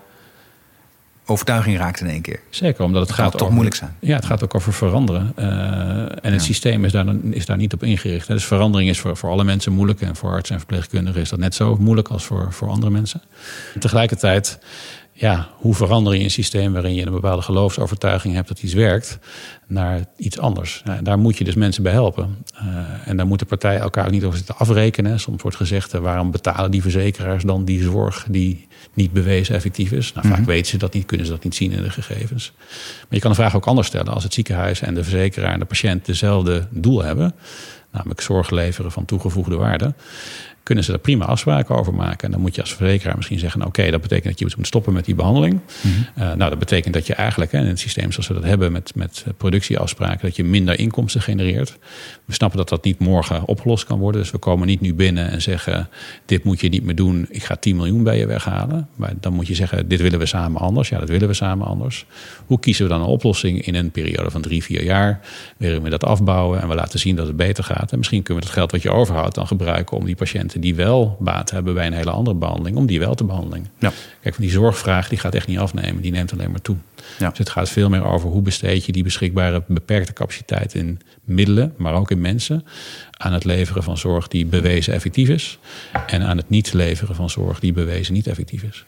overtuiging raakt in één keer. Zeker, omdat het dat gaat toch over, moeilijk zijn. Ja, het gaat ook over veranderen. Uh, en het ja. systeem is daar, is daar niet op ingericht. Dus verandering is voor, voor alle mensen moeilijk. En voor artsen en verpleegkundigen is dat net zo moeilijk als voor, voor andere mensen. En tegelijkertijd, ja, hoe verander je een systeem waarin je een bepaalde geloofsovertuiging hebt dat iets werkt, naar iets anders. Ja, daar moet je dus mensen bij helpen. Uh, en daar moeten partijen elkaar ook niet over zitten afrekenen. Soms wordt gezegd, uh, waarom betalen die verzekeraars dan die zorg die niet bewezen effectief is? Nou, mm-hmm. Vaak weten ze dat niet, kunnen ze dat niet zien in de gegevens. Maar je kan de vraag ook anders stellen. Als het ziekenhuis en de verzekeraar en de patiënt dezelfde doel hebben, namelijk zorg leveren van toegevoegde waarde, kunnen ze daar prima afspraken over maken. En dan moet je als verzekeraar misschien zeggen, oké, okay, dat betekent dat je moet stoppen met die behandeling. Mm-hmm. Uh, nou, dat betekent dat je eigenlijk hè, in het systeem zoals we dat hebben met, met productieafspraken, dat je minder inkomsten genereert. We snappen dat dat niet morgen opgelost kan worden. Dus we komen niet nu binnen en zeggen, dit moet je niet meer doen. Ik ga tien miljoen bij je weghalen. Maar dan moet je zeggen, dit willen we samen anders. Ja, dat willen we samen anders. Hoe kiezen we dan een oplossing in een periode van drie, vier jaar? Waarin we dat afbouwen en we laten zien dat het beter gaat. En misschien kunnen we het geld wat je overhoudt dan gebruiken om die patiënten die wel baat hebben bij een hele andere behandeling, om die wel te behandelen. Ja. Kijk, die zorgvraag die gaat echt niet afnemen, die neemt alleen maar toe. Ja. Dus het gaat veel meer over hoe besteed je die beschikbare beperkte capaciteit in middelen, maar ook in mensen, aan het leveren van zorg die bewezen effectief is en aan het niet leveren van zorg die bewezen niet effectief is.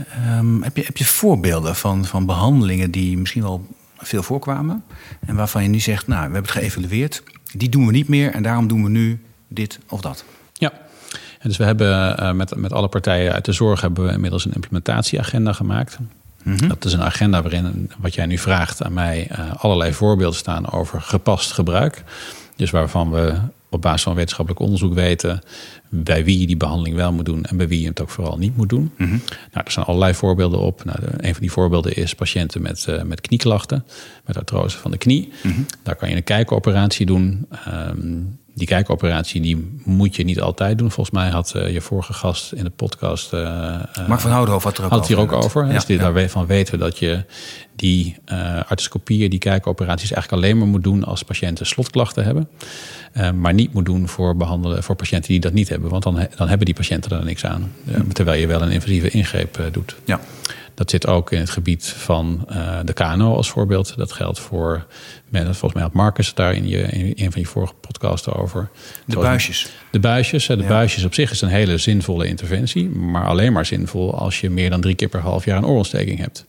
Um, heb je, heb je voorbeelden van, van behandelingen die misschien wel veel voorkwamen en waarvan je nu zegt, nou, we hebben het geëvalueerd, die doen we niet meer en daarom doen we nu dit of dat? Ja. En dus we hebben uh, met, met alle partijen uit de zorg hebben we inmiddels een implementatieagenda gemaakt. Mm-hmm. Dat is een agenda waarin, wat jij nu vraagt aan mij, uh, allerlei voorbeelden staan over gepast gebruik. Dus waarvan we op basis van wetenschappelijk onderzoek weten bij wie je die behandeling wel moet doen en bij wie je het ook vooral niet moet doen. Mm-hmm. Nou, er staan allerlei voorbeelden op. Nou, de, een van die voorbeelden is patiënten met, uh, met knieklachten, met artrose van de knie. Mm-hmm. Daar kan je een kijkoperatie doen. Um, Die kijkoperatie die moet je niet altijd doen. Volgens mij had uh, je vorige gast in de podcast Uh, Mark van Houdenhoven had er ook had het hier over. ook over. Ja, dus die, ja. Daarvan weten we dat je die uh, artroscopieën, die kijkoperaties eigenlijk alleen maar moet doen als patiënten slotklachten hebben. Uh, maar niet moet doen voor behandelen voor patiënten die dat niet hebben. Want dan, dan hebben die patiënten er niks aan. Uh, terwijl je wel een invasieve ingreep uh, doet. Ja. Dat zit ook in het gebied van uh, de K N O als voorbeeld. Dat geldt voor, volgens mij had Marcus het daar in, je, in een van je vorige podcasten over. De buisjes. De buisjes. De ja. buisjes op zich is een hele zinvolle interventie. Maar alleen maar zinvol als je meer dan drie keer per half jaar een oorontsteking hebt.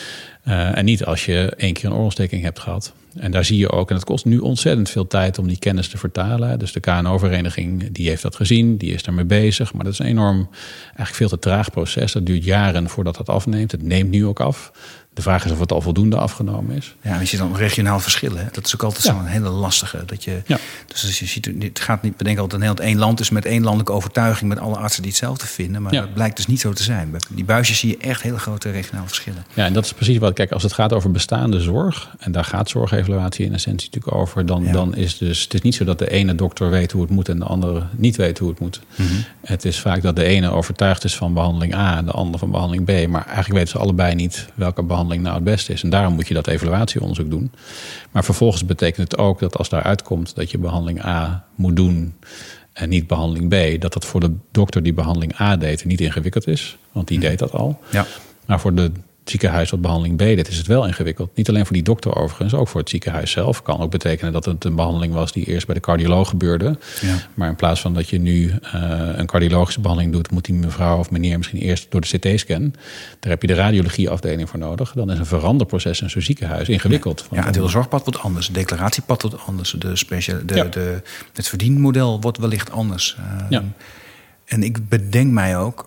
Uh, en niet als je één keer een oorontsteking hebt gehad. En daar zie je ook, en het kost nu ontzettend veel tijd om die kennis te vertalen. Dus de K N O-vereniging die heeft dat gezien, die is daarmee bezig. Maar dat is een enorm, eigenlijk veel te traag proces. Dat duurt jaren voordat dat afneemt. Het neemt nu ook af. De vraag is of het al voldoende afgenomen is. Ja, als je dan regionaal verschillen, hè? Dat is ook altijd ja. zo'n hele lastige. Dat je, ja. Dus als je ziet, het gaat niet, bedenken altijd dat Nederland één land is met één landelijke overtuiging, met alle artsen die hetzelfde vinden. Maar ja. dat blijkt dus niet zo te zijn. Bij die buisjes zie je echt hele grote regionale verschillen. Ja, en dat is precies wat, kijk, als het gaat over bestaande zorg, en daar gaat zorgevaluatie in essentie natuurlijk over, dan, ja. dan is dus, het is niet zo dat de ene dokter weet hoe het moet en de andere niet weet hoe het moet. Mm-hmm. Het is vaak dat de ene overtuigd is van behandeling A en de andere van behandeling B, maar eigenlijk weten ze allebei niet welke behandeling nou het beste is. En daarom moet je dat evaluatieonderzoek doen. Maar vervolgens betekent het ook dat als daaruit komt dat je behandeling A moet doen en niet behandeling B, dat dat voor de dokter die behandeling A deed niet ingewikkeld is. Want die mm. deed dat al. Ja. Maar voor de ziekenhuis wat behandeling B deed, is het wel ingewikkeld. Niet alleen voor die dokter overigens, ook voor het ziekenhuis zelf. Kan ook betekenen dat het een behandeling was die eerst bij de cardioloog gebeurde. Ja. Maar in plaats van dat je nu uh, een cardiologische behandeling doet, moet die mevrouw of meneer misschien eerst door de C T-scan. Daar heb je de radiologieafdeling voor nodig. Dan is een veranderproces in zo'n ziekenhuis ingewikkeld. Ja, ja, het hele zorgpad wordt anders, het declaratiepad wordt anders, de speciale, de, ja. de, het verdienmodel wordt wellicht anders. Uh, ja. En ik bedenk mij ook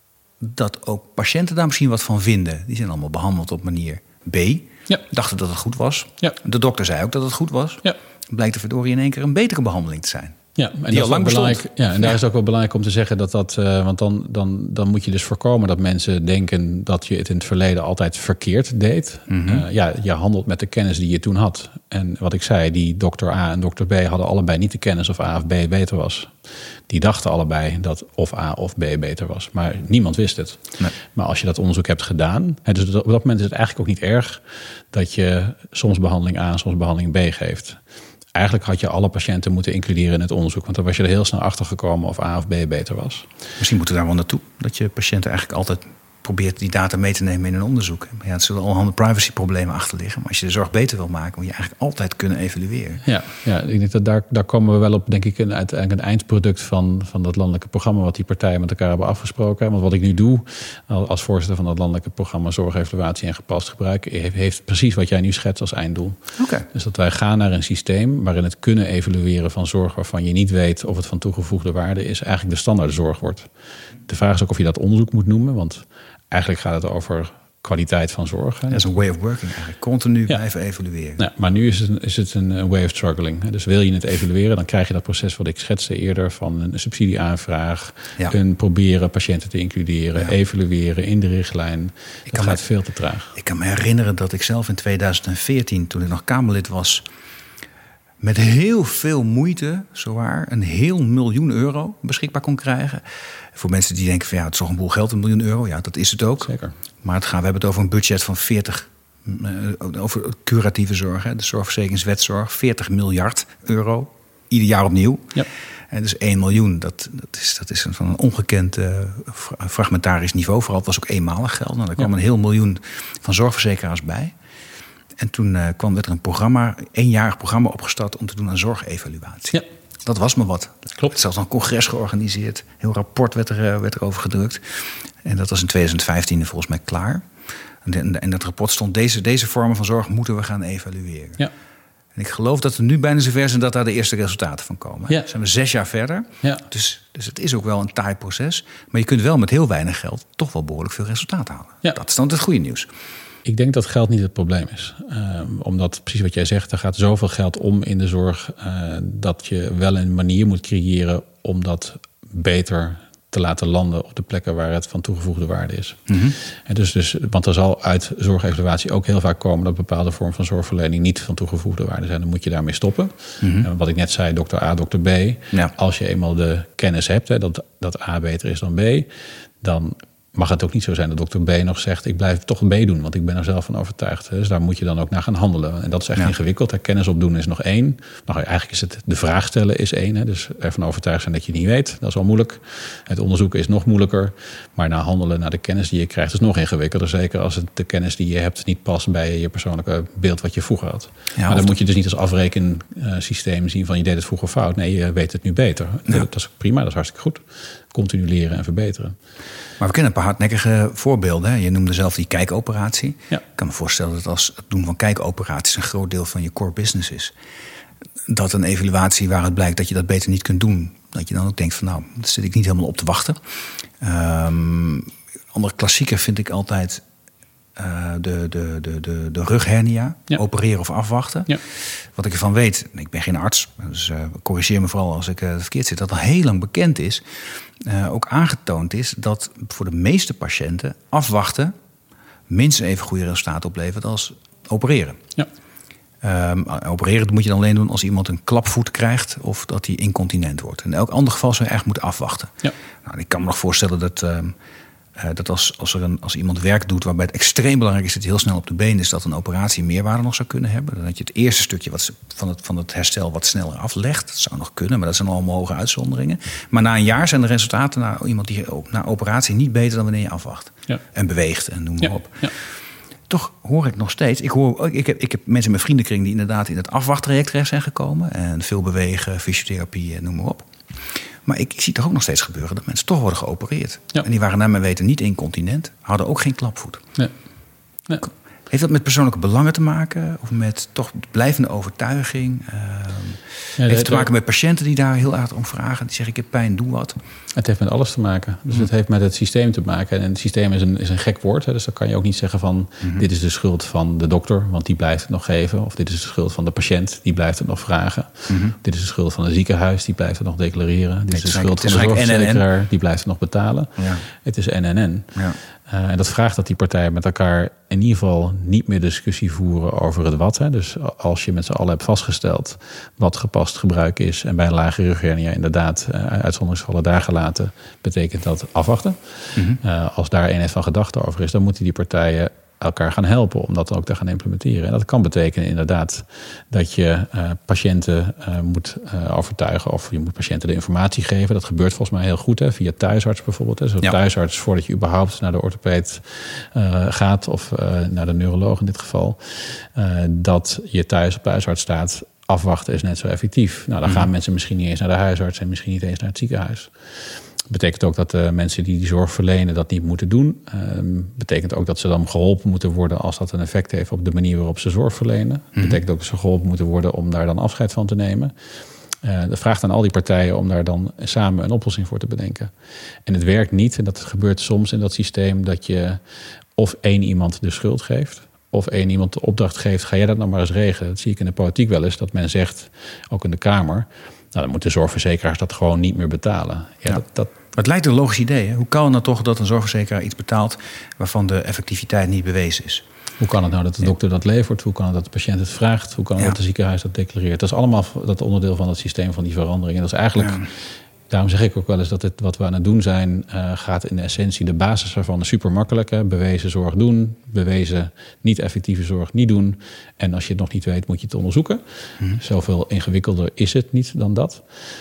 dat ook patiënten daar misschien wat van vinden. Die zijn allemaal behandeld op manier B. Ja. Dachten dat het goed was. Ja. De dokter zei ook dat het goed was. Ja. Blijkt er verdorie in één keer een betere behandeling te zijn. Ja, en, die al lang belangrijk, ja, en daar ja. is het ook wel belangrijk om te zeggen dat dat... Uh, want dan, dan, dan moet je dus voorkomen dat mensen denken dat je het in het verleden altijd verkeerd deed. Mm-hmm. Uh, ja, je handelt met de kennis die je toen had. En wat ik zei, die dokter A en dokter B hadden allebei niet de kennis of A of B beter was. Die dachten allebei dat of A of B beter was. Maar niemand wist het. Nee. Maar als je dat onderzoek hebt gedaan... Hè, dus op dat moment is het eigenlijk ook niet erg dat je soms behandeling A en soms behandeling B geeft. Eigenlijk had je alle patiënten moeten includeren in het onderzoek. Want dan was je er heel snel achter gekomen of A of B beter was. Misschien moeten we daar wel naartoe. Dat je patiënten eigenlijk altijd probeert die data mee te nemen in een onderzoek. Ja, het zullen allerhande privacyproblemen achter liggen. Maar als je de zorg beter wil maken, moet je eigenlijk altijd kunnen evalueren. Ja, ja ik denk dat daar, daar komen we wel op, denk ik, een, uiteindelijk een eindproduct van, van dat landelijke programma wat die partijen met elkaar hebben afgesproken. Want wat ik nu doe als voorzitter van dat landelijke programma Zorgevaluatie en Gepast Gebruik, heeft, heeft precies wat jij nu schetst als einddoel. Okay. Dus dat wij gaan naar een systeem waarin het kunnen evalueren van zorg waarvan je niet weet of het van toegevoegde waarde is, eigenlijk de standaard zorg wordt. De vraag is ook of je dat onderzoek moet noemen, want eigenlijk gaat het over kwaliteit van zorg. Dat is een way of working eigenlijk. Continu ja. blijven evalueren. Ja, maar nu is het, een, is het een way of struggling. Dus wil je het evalueren, dan krijg je dat proces wat ik schetste eerder van een subsidieaanvraag. Ja. Een proberen patiënten te includeren. Ja. Evalueren in de richtlijn. Ik dat gaat me, veel te traag. Ik kan me herinneren dat ik zelf in tweeduizend veertien, toen ik nog Kamerlid was, met heel veel moeite, zowaar, een heel miljoen euro beschikbaar kon krijgen. Voor mensen die denken van ja, het is toch een boel geld, een miljoen euro. Ja, dat is het ook. Zeker. Maar het gaan, we hebben het over een budget van veertig, uh, over curatieve zorg, hè, de zorgverzekeringswetzorg, veertig miljard euro, ieder jaar opnieuw. Ja. En dus één miljoen, dat, dat is, dat is een, van een ongekend uh, fragmentarisch niveau. Vooral, het was ook eenmalig geld. Nou, daar kwam ja. een heel miljoen van zorgverzekeraars bij. En toen uh, kwam werd er een programma, eenjarig programma opgestart om te doen aan zorgevaluatie. Ja. Dat was me wat. Klopt. Er is zelfs een congres georganiseerd. Een heel rapport werd er, werd er over gedrukt. En dat was in tweeduizend vijftien volgens mij klaar. En in dat rapport stond, deze, deze vormen van zorg moeten we gaan evalueren. Ja. En ik geloof dat we nu bijna zover zijn dat daar de eerste resultaten van komen. Ja. Zijn we zes jaar verder. Ja. Dus, dus het is ook wel een taai proces. Maar je kunt wel met heel weinig geld toch wel behoorlijk veel resultaat halen. Ja. Dat is dan het goede nieuws. Ik denk dat geld niet het probleem is. Uh, omdat, precies wat jij zegt, er gaat zoveel geld om in de zorg, Uh, dat je wel een manier moet creëren om dat beter te laten landen op de plekken waar het van toegevoegde waarde is. Mm-hmm. En dus, dus, want er zal uit zorgevaluatie ook heel vaak komen dat bepaalde vormen van zorgverlening niet van toegevoegde waarde zijn. Dan moet je daarmee stoppen. Mm-hmm. Uh, wat ik net zei, dokter A, dokter B. Ja. Als je eenmaal de kennis hebt, hè, dat, dat A beter is dan B, dan mag het ook niet zo zijn dat dokter B nog zegt, ik blijf toch een B doen, want ik ben er zelf van overtuigd. Dus daar moet je dan ook naar gaan handelen. En dat is echt ja. ingewikkeld. Hè. Kennis opdoen is nog één. Nou, eigenlijk is het de vraag stellen is één. Hè. Dus ervan overtuigd zijn dat je het niet weet. Dat is al moeilijk. Het onderzoeken is nog moeilijker. Maar naar handelen naar de kennis die je krijgt is nog ingewikkelder. Zeker als het de kennis die je hebt niet past bij je persoonlijke beeld wat je vroeger had. Ja, maar dan moet je dus niet als afrekensysteem zien van je deed het vroeger fout. Nee, je weet het nu beter. Ja. Dat is prima, dat is hartstikke goed. Continu leren en verbeteren. Maar we kennen een paar hardnekkige voorbeelden. Hè? Je noemde zelf die kijkoperatie. Ja. Ik kan me voorstellen dat als het doen van kijkoperaties een groot deel van je core business is, dat een evaluatie waaruit blijkt dat je dat beter niet kunt doen, dat je dan ook denkt van nou, daar zit ik niet helemaal op te wachten. Um, andere klassieker vind ik altijd Uh, de, de, de, de, de rughernia, ja. Opereren of afwachten. Ja. Wat ik ervan weet, ik ben geen arts, dus uh, corrigeer me vooral als ik uh, verkeerd zit, dat al heel lang bekend is, uh, ook aangetoond is dat voor de meeste patiënten afwachten minstens even goede resultaten oplevert als opereren. Ja. Um, opereren moet je dan alleen doen als iemand een klapvoet krijgt of dat hij incontinent wordt. In elk ander geval zou je echt moeten afwachten. Ja. Nou, ik kan me nog voorstellen dat, um, uh, dat als, als, er een, als iemand werk doet waarbij het extreem belangrijk is dat hij heel snel op de been is, dat een operatie meerwaarde nog zou kunnen hebben. Dat je het eerste stukje wat, van, het, van het herstel wat sneller aflegt. Dat zou nog kunnen, maar dat zijn allemaal hoge uitzonderingen. Maar na een jaar zijn de resultaten na iemand die na operatie niet beter dan wanneer je afwacht. Ja. En beweegt en noem maar ja. op. Ja. Toch hoor ik nog steeds. Ik, hoor, ik, heb, ik heb mensen in mijn vriendenkring die inderdaad in het afwachttraject terecht zijn gekomen. En veel bewegen, fysiotherapie en noem maar op. Maar ik, ik zie toch ook nog steeds gebeuren dat mensen toch worden geopereerd. Ja. En die waren naar mijn weten niet incontinent. Hadden ook geen klapvoet. Nee. Nee. Heeft dat met persoonlijke belangen te maken? Of met toch blijvende overtuiging? Uh, ja, heeft het te maken met patiënten die daar heel erg om vragen? Die zeggen, ik heb pijn, doe wat. Het heeft met alles te maken. Dus mm. het heeft met het systeem te maken. En het systeem is een, is een gek woord. Hè. Dus dan kan je ook niet zeggen van, mm-hmm. dit is de schuld van de dokter, want die blijft het nog geven. Of dit is de schuld van de patiënt, die blijft het nog vragen. Mm-hmm. Dit is de schuld van het ziekenhuis, die blijft het nog declareren. Dit nee, is de schuld van de zorgverzekeraar, die blijft het nog betalen. Ja. Het is N N N. Ja. Uh, en dat vraagt dat die partijen met elkaar in ieder geval niet meer discussie voeren over het wat. Hè. Dus als je met z'n allen hebt vastgesteld wat gepast gebruik is en bij een lage rughernia inderdaad uh, uitzonderingsgevallen daar gelaten, betekent dat afwachten. Mm-hmm. Uh, als daar eenheid van gedachten over is, dan moeten die partijen elkaar gaan helpen om dat ook te gaan implementeren. En dat kan betekenen inderdaad dat je uh, patiënten uh, moet uh, overtuigen of je moet patiënten de informatie geven. Dat gebeurt volgens mij heel goed, hè, via thuisarts bijvoorbeeld. Hè. Zo ja. thuisarts, voordat je überhaupt naar de orthopeed uh, gaat of uh, naar de neuroloog in dit geval, uh, dat je thuis op thuisarts staat. Afwachten is net zo effectief. Nou, dan gaan mm. mensen misschien niet eens naar de huisarts en misschien niet eens naar het ziekenhuis. Betekent ook dat de mensen die die zorg verlenen dat niet moeten doen. Um, betekent ook dat ze dan geholpen moeten worden als dat een effect heeft op de manier waarop ze zorg verlenen. Mm-hmm. Betekent ook dat ze geholpen moeten worden om daar dan afscheid van te nemen. Uh, dat vraagt aan al die partijen om daar dan samen een oplossing voor te bedenken. En het werkt niet, en dat gebeurt soms in dat systeem, dat je of één iemand de schuld geeft, of één iemand de opdracht geeft, ga jij dat nou maar eens regelen. Dat zie ik in de politiek wel eens, dat men zegt, ook in de Kamer, nou, dan moeten zorgverzekeraars dat gewoon niet meer betalen. Ja, ja. Dat, dat... Het lijkt een logisch idee. Hè? Hoe kan het nou toch dat een zorgverzekeraar iets betaalt waarvan de effectiviteit niet bewezen is? Hoe kan het nou dat de dokter dat levert? Hoe kan het dat de patiënt het vraagt? Hoe kan het ja. dat het ziekenhuis dat declareert? Dat is allemaal dat onderdeel van het systeem van die verandering. En dat is eigenlijk, ja. daarom zeg ik ook wel eens dat het wat we aan het doen zijn, uh, gaat in de essentie, de basis ervan is super makkelijk. Hè? Bewezen zorg doen, bewezen niet effectieve zorg niet doen. En als je het nog niet weet, moet je het onderzoeken. Mm-hmm. Zoveel ingewikkelder is het niet dan dat.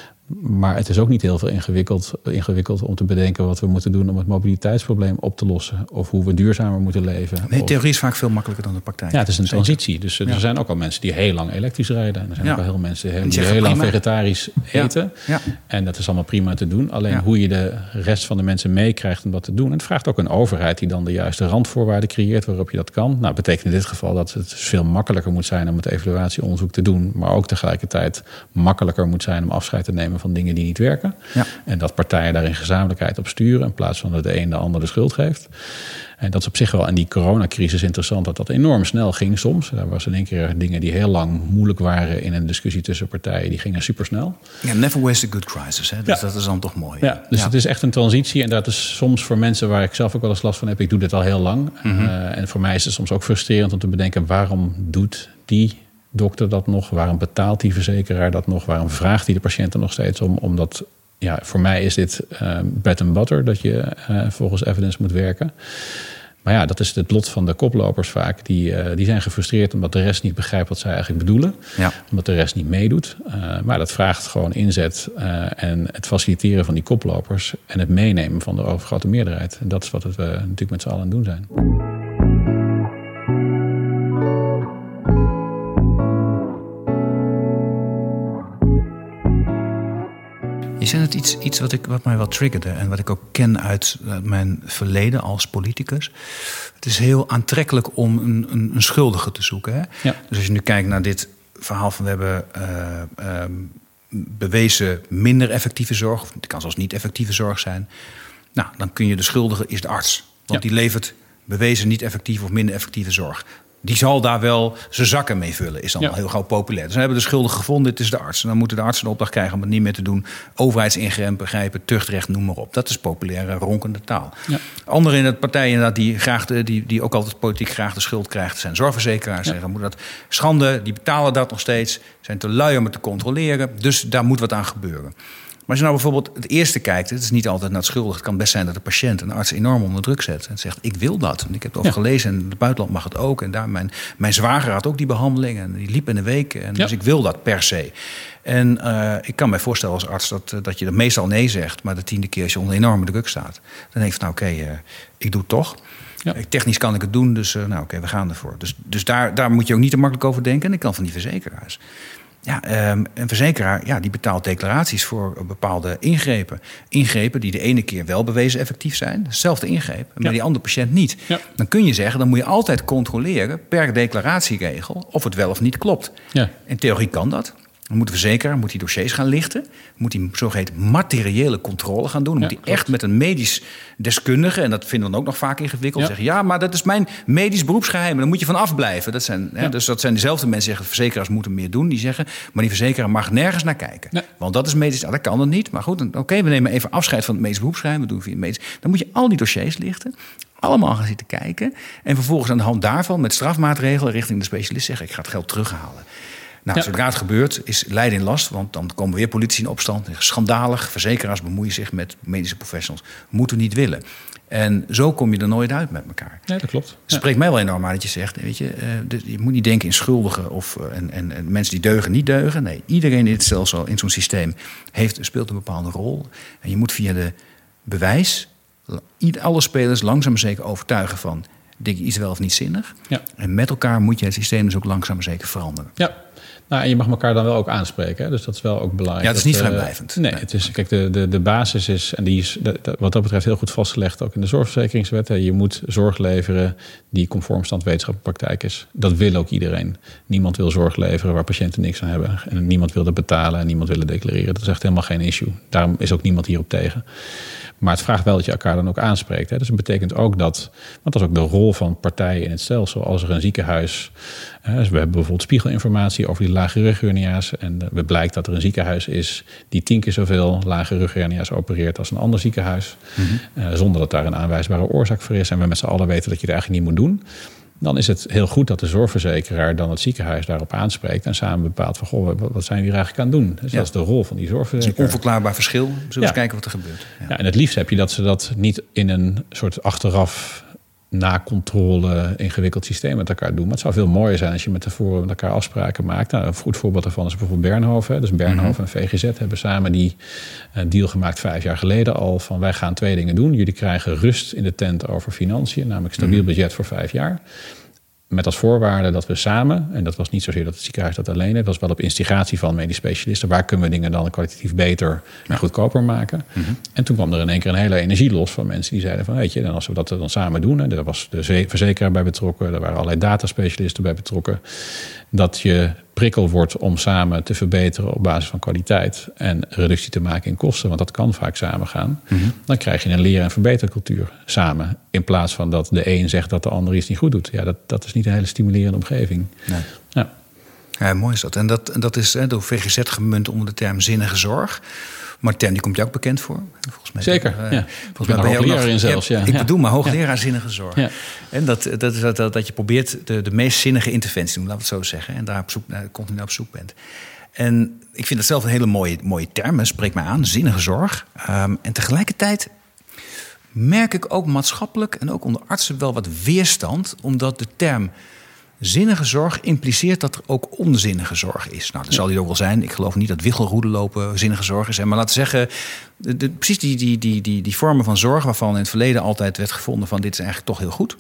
Maar het is ook niet heel veel ingewikkeld, ingewikkeld om te bedenken wat we moeten doen om het mobiliteitsprobleem op te lossen. Of hoe we duurzamer moeten leven. Nee, of... theorie is vaak veel makkelijker dan de praktijk. Ja, het is een transitie. Dus ja. er zijn ook al mensen die heel lang elektrisch rijden. En er zijn ja. ook al heel mensen die, die heel lang vegetarisch eten. Ja. Ja. En dat is allemaal prima te doen. Alleen ja. hoe je de rest van de mensen meekrijgt om dat te doen. En het vraagt ook een overheid die dan de juiste randvoorwaarden creëert waarop je dat kan. Nou, dat betekent in dit geval dat het veel makkelijker moet zijn om het evaluatieonderzoek te doen. Maar ook tegelijkertijd makkelijker moet zijn om afscheid te nemen van dingen die niet werken. Ja. En dat partijen daar in gezamenlijkheid op sturen, in plaats van dat de een de ander de schuld geeft. En dat is op zich wel in die coronacrisis interessant, dat dat enorm snel ging soms. Er was in één keer dingen die heel lang moeilijk waren in een discussie tussen partijen, die gingen supersnel. Ja, never waste a good crisis. Hè? Dus ja. dat is dan toch mooi. Ja, dus ja. het is echt een transitie. En dat is soms voor mensen waar ik zelf ook wel eens last van heb. Ik doe dit al heel lang. Mm-hmm. Uh, en voor mij is het soms ook frustrerend om te bedenken, waarom doet die dokter dat nog? Waarom betaalt die verzekeraar dat nog? Waarom vraagt die de patiënten nog steeds om? Omdat, ja, voor mij is dit uh, bread and butter, dat je uh, volgens evidence moet werken. Maar ja, dat is het lot van de koplopers vaak. Die, uh, die zijn gefrustreerd omdat de rest niet begrijpt wat zij eigenlijk bedoelen. Ja. Omdat de rest niet meedoet. Uh, maar dat vraagt gewoon inzet uh, en het faciliteren van die koplopers en het meenemen van de overgrote meerderheid. En dat is wat we uh, natuurlijk met z'n allen aan het doen zijn. Je zei het iets, iets wat, ik, wat mij wel triggerde en wat ik ook ken uit mijn verleden als politicus. Het is heel aantrekkelijk om een, een, een schuldige te zoeken. Hè? Ja. Dus als je nu kijkt naar dit verhaal van we hebben uh, um, bewezen minder effectieve zorg, of het kan zelfs niet effectieve zorg zijn. Nou, dan kun je de schuldige is de arts. Want ja. die levert bewezen niet effectief of minder effectieve zorg. Die zal daar wel zijn zakken mee vullen, is dan ja. al heel gauw populair. Dus dan hebben we de schuldige gevonden, dit is de arts. En dan moeten de artsen de opdracht krijgen om het niet meer te doen. Overheidsingrepen, begrijpen, tuchtrecht, noem maar op. Dat is populaire, ronkende taal. Ja. Anderen in de partij inderdaad die, graag de, die, die ook altijd politiek graag de schuld krijgt, zijn zorgverzekeraars. Ja. Zeggen, moet dat schande, die betalen dat nog steeds. Zijn te lui om het te controleren. Dus daar moet wat aan gebeuren. Maar als je nou bijvoorbeeld het eerste kijkt, het is niet altijd naar het schuldig. Het kan best zijn dat de patiënt een arts enorm onder druk zet. En zegt, ik wil dat. En ik heb het over ja. gelezen en in het buitenland mag het ook. En daar mijn, mijn zwager had ook die behandeling. En die liep in een week. En ja. Dus ik wil dat per se. En uh, ik kan me voorstellen als arts dat, dat je er meestal nee zegt. Maar de tiende keer als je onder enorme druk staat. Dan denk je van, nou oké, okay, uh, ik doe het toch. Ja. Technisch kan ik het doen, dus uh, nou oké, okay, we gaan ervoor. Dus, dus daar, daar moet je ook niet te makkelijk over denken. En ik kan van die verzekeraars. Ja, um, een verzekeraar ja, die betaalt declaraties voor bepaalde ingrepen. Ingrepen die de ene keer wel bewezen effectief zijn. Hetzelfde ingreep, maar ja. die andere patiënt niet. Ja. Dan kun je zeggen, dan moet je altijd controleren per declaratieregel of het wel of niet klopt. Ja. In theorie kan dat. Dan moet de verzekeraar moet die dossiers gaan lichten. Moet hij zogeheten materiële controle gaan doen. Dan ja, moet hij echt met een medisch deskundige... en dat vinden we dan ook nog vaak ingewikkeld... Ja. zeggen, ja, maar dat is mijn medisch beroepsgeheim... en daar moet je van afblijven. Dat zijn, ja. hè, dus dat zijn dezelfde mensen die zeggen... verzekeraars moeten meer doen. Die zeggen, maar die verzekeraar mag nergens naar kijken. Ja. Want dat is medisch... Nou, dat kan het niet. Maar goed, oké, okay, we nemen even afscheid van het medisch beroepsgeheim. We doen via medisch. Dan moet je al die dossiers lichten... allemaal gaan zitten kijken... en vervolgens aan de hand daarvan... met strafmaatregelen richting de specialist zeggen... ik ga het geld terughalen. Nou, ja. Zodra het gebeurt, is lijden in last. Want dan komen weer politici in opstand. Schandalig. Verzekeraars bemoeien zich met medische professionals. Moeten we niet willen. En zo kom je er nooit uit met elkaar. Ja, dat klopt. Het spreekt mij wel enorm aan dat je zegt... Weet je, uh, je moet niet denken in schuldigen... of uh, en, en, en mensen die deugen, niet deugen. Nee, iedereen in het stelsel, in zo'n systeem... Heeft, speelt een bepaalde rol. En je moet via de bewijs... alle spelers langzaam maar zeker overtuigen van... denk je iets wel of niet zinnig. Ja. En met elkaar moet je het systeem dus ook langzaam maar zeker veranderen. Ja. Nou, en je mag elkaar dan wel ook aanspreken. Hè? Dus dat is wel ook belangrijk. Ja, het is niet vrijblijvend. Uh, nee, nee, het is, kijk, de, de, de basis is, en die is de, de, wat dat betreft heel goed vastgelegd... ook in de zorgverzekeringswet. Hè? Je moet zorg leveren die conform stand wetenschap en praktijk is. Dat wil ook iedereen. Niemand wil zorg leveren waar patiënten niks aan hebben. En niemand wil dat betalen en niemand wil het declareren. Dat is echt helemaal geen issue. Daarom is ook niemand hierop tegen. Maar het vraagt wel dat je elkaar dan ook aanspreekt. Hè? Dus het betekent ook dat... want dat is ook de rol van partijen in het stelsel. Als er een ziekenhuis... Hè, dus we hebben bijvoorbeeld spiegelinformatie over die lage rughernia's. En het blijkt dat er een ziekenhuis is... die tien keer zoveel lage rughernia's opereert als een ander ziekenhuis. Mm-hmm. Uh, zonder dat daar een aanwijsbare oorzaak voor is. En we met z'n allen weten dat je het eigenlijk niet moet doen. Dan is het heel goed dat de zorgverzekeraar dan het ziekenhuis daarop aanspreekt... en samen bepaalt van, goh, wat zijn jullie eigenlijk aan het doen? Dus ja. dat is de rol van die zorgverzekeraar. Het is een onverklaarbaar verschil. Zullen we ja. eens kijken wat er gebeurt. Ja. Ja, en het liefst heb je dat ze dat niet in een soort achteraf... na controle ingewikkeld systeem met elkaar doen. Maar het zou veel mooier zijn als je met tevoren met elkaar afspraken maakt. Nou, een goed voorbeeld daarvan is bijvoorbeeld Bernhoven. Dus Bernhoven mm-hmm. en V G Z hebben samen die uh, deal gemaakt vijf jaar geleden al... van wij gaan twee dingen doen. Jullie krijgen rust in de tent over financiën... namelijk stabiel mm-hmm. budget voor vijf jaar... met als voorwaarde dat we samen... en dat was niet zozeer dat het ziekenhuis dat alleen heeft... dat was wel op instigatie van medisch specialisten... waar kunnen we dingen dan kwalitatief beter en ja. goedkoper maken. Mm-hmm. En toen kwam er in één keer een hele energie los van mensen die zeiden van... weet je, dan als we dat dan samen doen... Hè, daar was de verzekeraar bij betrokken... er waren allerlei dataspecialisten bij betrokken... dat je prikkel wordt om samen te verbeteren op basis van kwaliteit... en reductie te maken in kosten, want dat kan vaak samen gaan... Mm-hmm. dan krijg je een leren- en verbetercultuur samen... in plaats van dat de een zegt dat de ander iets niet goed doet. Ja, dat, dat is niet een hele stimulerende omgeving. Nee. Ja. Ja, mooi is dat. En dat, dat is hè, door V G Z gemunt onder de term zinnige zorg... Maar de term die komt je ook bekend voor. Volgens mij, Zeker, uh, ja. Volgens mij ben je ook nog in zelfs. Ja, ik ja. bedoel maar hoogleraar ja. zinnige zorg. Ja. En dat, dat is dat, dat je probeert de, de meest zinnige interventie te doen, laten we het zo zeggen. En daar op zoek, naar, continu op zoek bent. En ik vind dat zelf een hele mooie, mooie term. Spreekt mij aan, zinnige zorg. Um, en tegelijkertijd merk ik ook maatschappelijk en ook onder artsen wel wat weerstand, omdat de term zinnige zorg impliceert dat er ook onzinnige zorg is. Nou, dat ja. zal die ook wel zijn. Ik geloof niet dat wichelroede lopen zinnige zorg is. Maar laten we zeggen, de, de, precies die, die, die, die, die vormen van zorg... waarvan in het verleden altijd werd gevonden van dit is eigenlijk toch heel goed.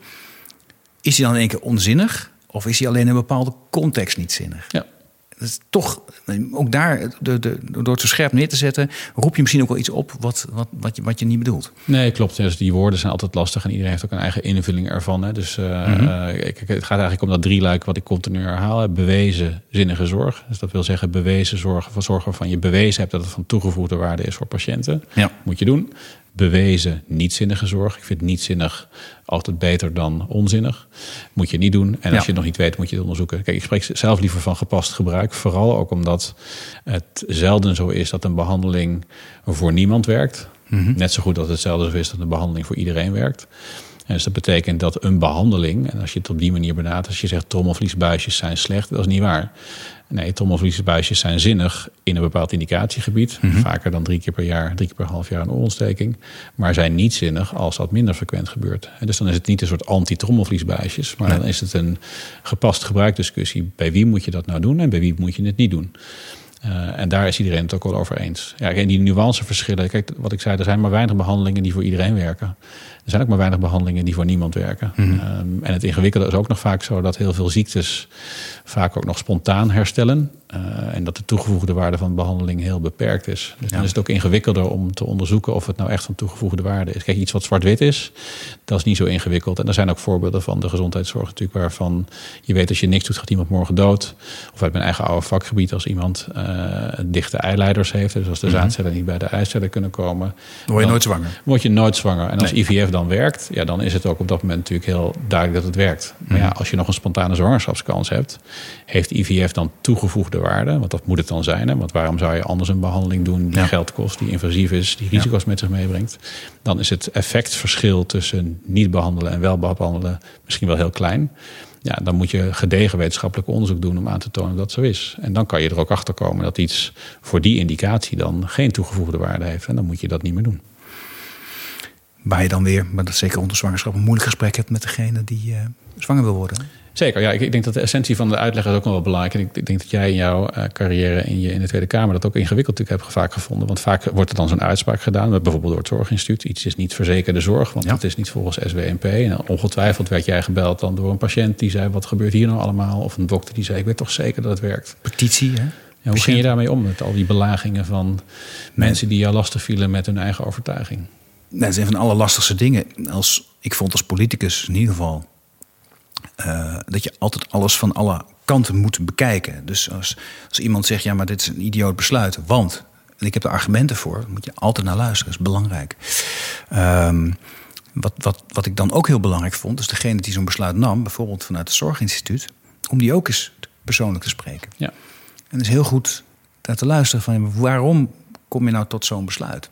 Is die dan in één keer onzinnig? Of is die alleen in een bepaalde context niet zinnig? Ja. Dat is toch, ook daar, de, de, door het zo scherp neer te zetten, roep je misschien ook wel iets op wat, wat, wat, je, wat je niet bedoelt. Nee, klopt. Dus die woorden zijn altijd lastig en iedereen heeft ook een eigen invulling ervan. Hè. Dus uh, mm-hmm. uh, het gaat eigenlijk om dat drieluik wat ik continu herhaal. Hè. Bewezen zinnige zorg. Dus dat wil zeggen bewezen zorg, van zorg waarvan je bewezen hebt dat het van toegevoegde waarde is voor patiënten. Ja. Moet je doen. bewezen niet-zinnige zorg. Ik vind niet-zinnig altijd beter dan onzinnig. Moet je niet doen. En als Ja. je het nog niet weet, moet je het onderzoeken. Kijk, ik spreek zelf liever van gepast gebruik. Vooral ook omdat het zelden zo is dat een behandeling voor niemand werkt. Mm-hmm. Net zo goed dat het zelden zo is dat een behandeling voor iedereen werkt. En dus dat betekent dat een behandeling, en als je het op die manier benadert, als je zegt trommelvliesbuisjes zijn slecht, dat is niet waar. Nee, trommelvliesbuisjes zijn zinnig in een bepaald indicatiegebied. Mm-hmm. Vaker dan drie keer per jaar, drie keer per half jaar een oorontsteking. Maar zijn niet zinnig als dat minder frequent gebeurt. En dus dan is het niet een soort anti-trommelvliesbuisjes. Maar nee. Dan is het een gepast gebruikdiscussie. Bij wie moet je dat nou doen en bij wie moet je het niet doen? Uh, en daar is iedereen het ook wel over eens. Ja, en die nuanceverschillen. Kijk, wat ik zei, er zijn maar weinig behandelingen die voor iedereen werken. Er zijn ook maar weinig behandelingen die voor niemand werken. Mm-hmm. Um, en het ingewikkelde is ook nog vaak zo dat heel veel ziektes vaak ook nog spontaan herstellen. Uh, en dat de toegevoegde waarde van de behandeling heel beperkt is. Dus ja. Dan is het ook ingewikkelder om te onderzoeken of het nou echt van toegevoegde waarde is. Kijk, iets wat zwart-wit is, dat is niet zo ingewikkeld. En er zijn ook voorbeelden van de gezondheidszorg natuurlijk waarvan je weet als je niks doet gaat iemand morgen dood. Of uit mijn eigen oude vakgebied als iemand uh, dichte eileiders heeft. Dus als de mm-hmm. zaadcellen niet bij de eicellen kunnen komen. Dan word je nooit zwanger. Word je nooit zwanger. En als nee. I V F dan werkt, ja, dan is het ook op dat moment natuurlijk heel duidelijk dat het werkt. Maar ja, als je nog een spontane zwangerschapskans hebt, heeft I V F dan toegevoegde waarde? Want dat moet het dan zijn. Hè? Want waarom zou je anders een behandeling doen die ja. geld kost, die invasief is, die risico's ja. met zich meebrengt? Dan is het effectverschil tussen niet behandelen en wel behandelen misschien wel heel klein. Ja, dan moet je gedegen wetenschappelijk onderzoek doen om aan te tonen dat het zo is. En dan kan je er ook achter komen dat iets voor die indicatie dan geen toegevoegde waarde heeft. En dan moet je dat niet meer doen. Waar je dan weer, maar dat zeker onder zwangerschap, een moeilijk gesprek hebt met degene die uh, zwanger wil worden. Zeker, ja. Ik, ik denk dat de essentie van de uitleg is ook nog wel belangrijk. En ik, ik denk dat jij in jouw uh, carrière in, je, in de Tweede Kamer dat ook ingewikkeld natuurlijk hebt vaak gevonden. Want vaak wordt er dan zo'n uitspraak gedaan, met bijvoorbeeld door het Zorginstituut. Iets is niet verzekerde zorg, want ja. het is niet volgens S W N P. En ongetwijfeld werd jij gebeld dan door een patiënt die zei, wat gebeurt hier nou allemaal? Of een dokter die zei, ik weet toch zeker dat het werkt. Petitie, hè? Ja, hoe ging je daarmee om met al die belagingen van nee. mensen die jou lastig vielen met hun eigen overtuiging? Nou, dat is een van de allerlastigste dingen. Als, ik vond als politicus in ieder geval Uh, dat je altijd alles van alle kanten moet bekijken. Dus als, als iemand zegt, ja, maar dit is een idioot besluit, want en ik heb er argumenten voor, dan moet je altijd naar luisteren. Dat is belangrijk. Um, wat, wat, wat ik dan ook heel belangrijk vond, is degene die zo'n besluit nam, bijvoorbeeld vanuit het Zorginstituut, om die ook eens persoonlijk te spreken. Ja. En het is heel goed daar te luisteren van, waarom kom je nou tot zo'n besluit?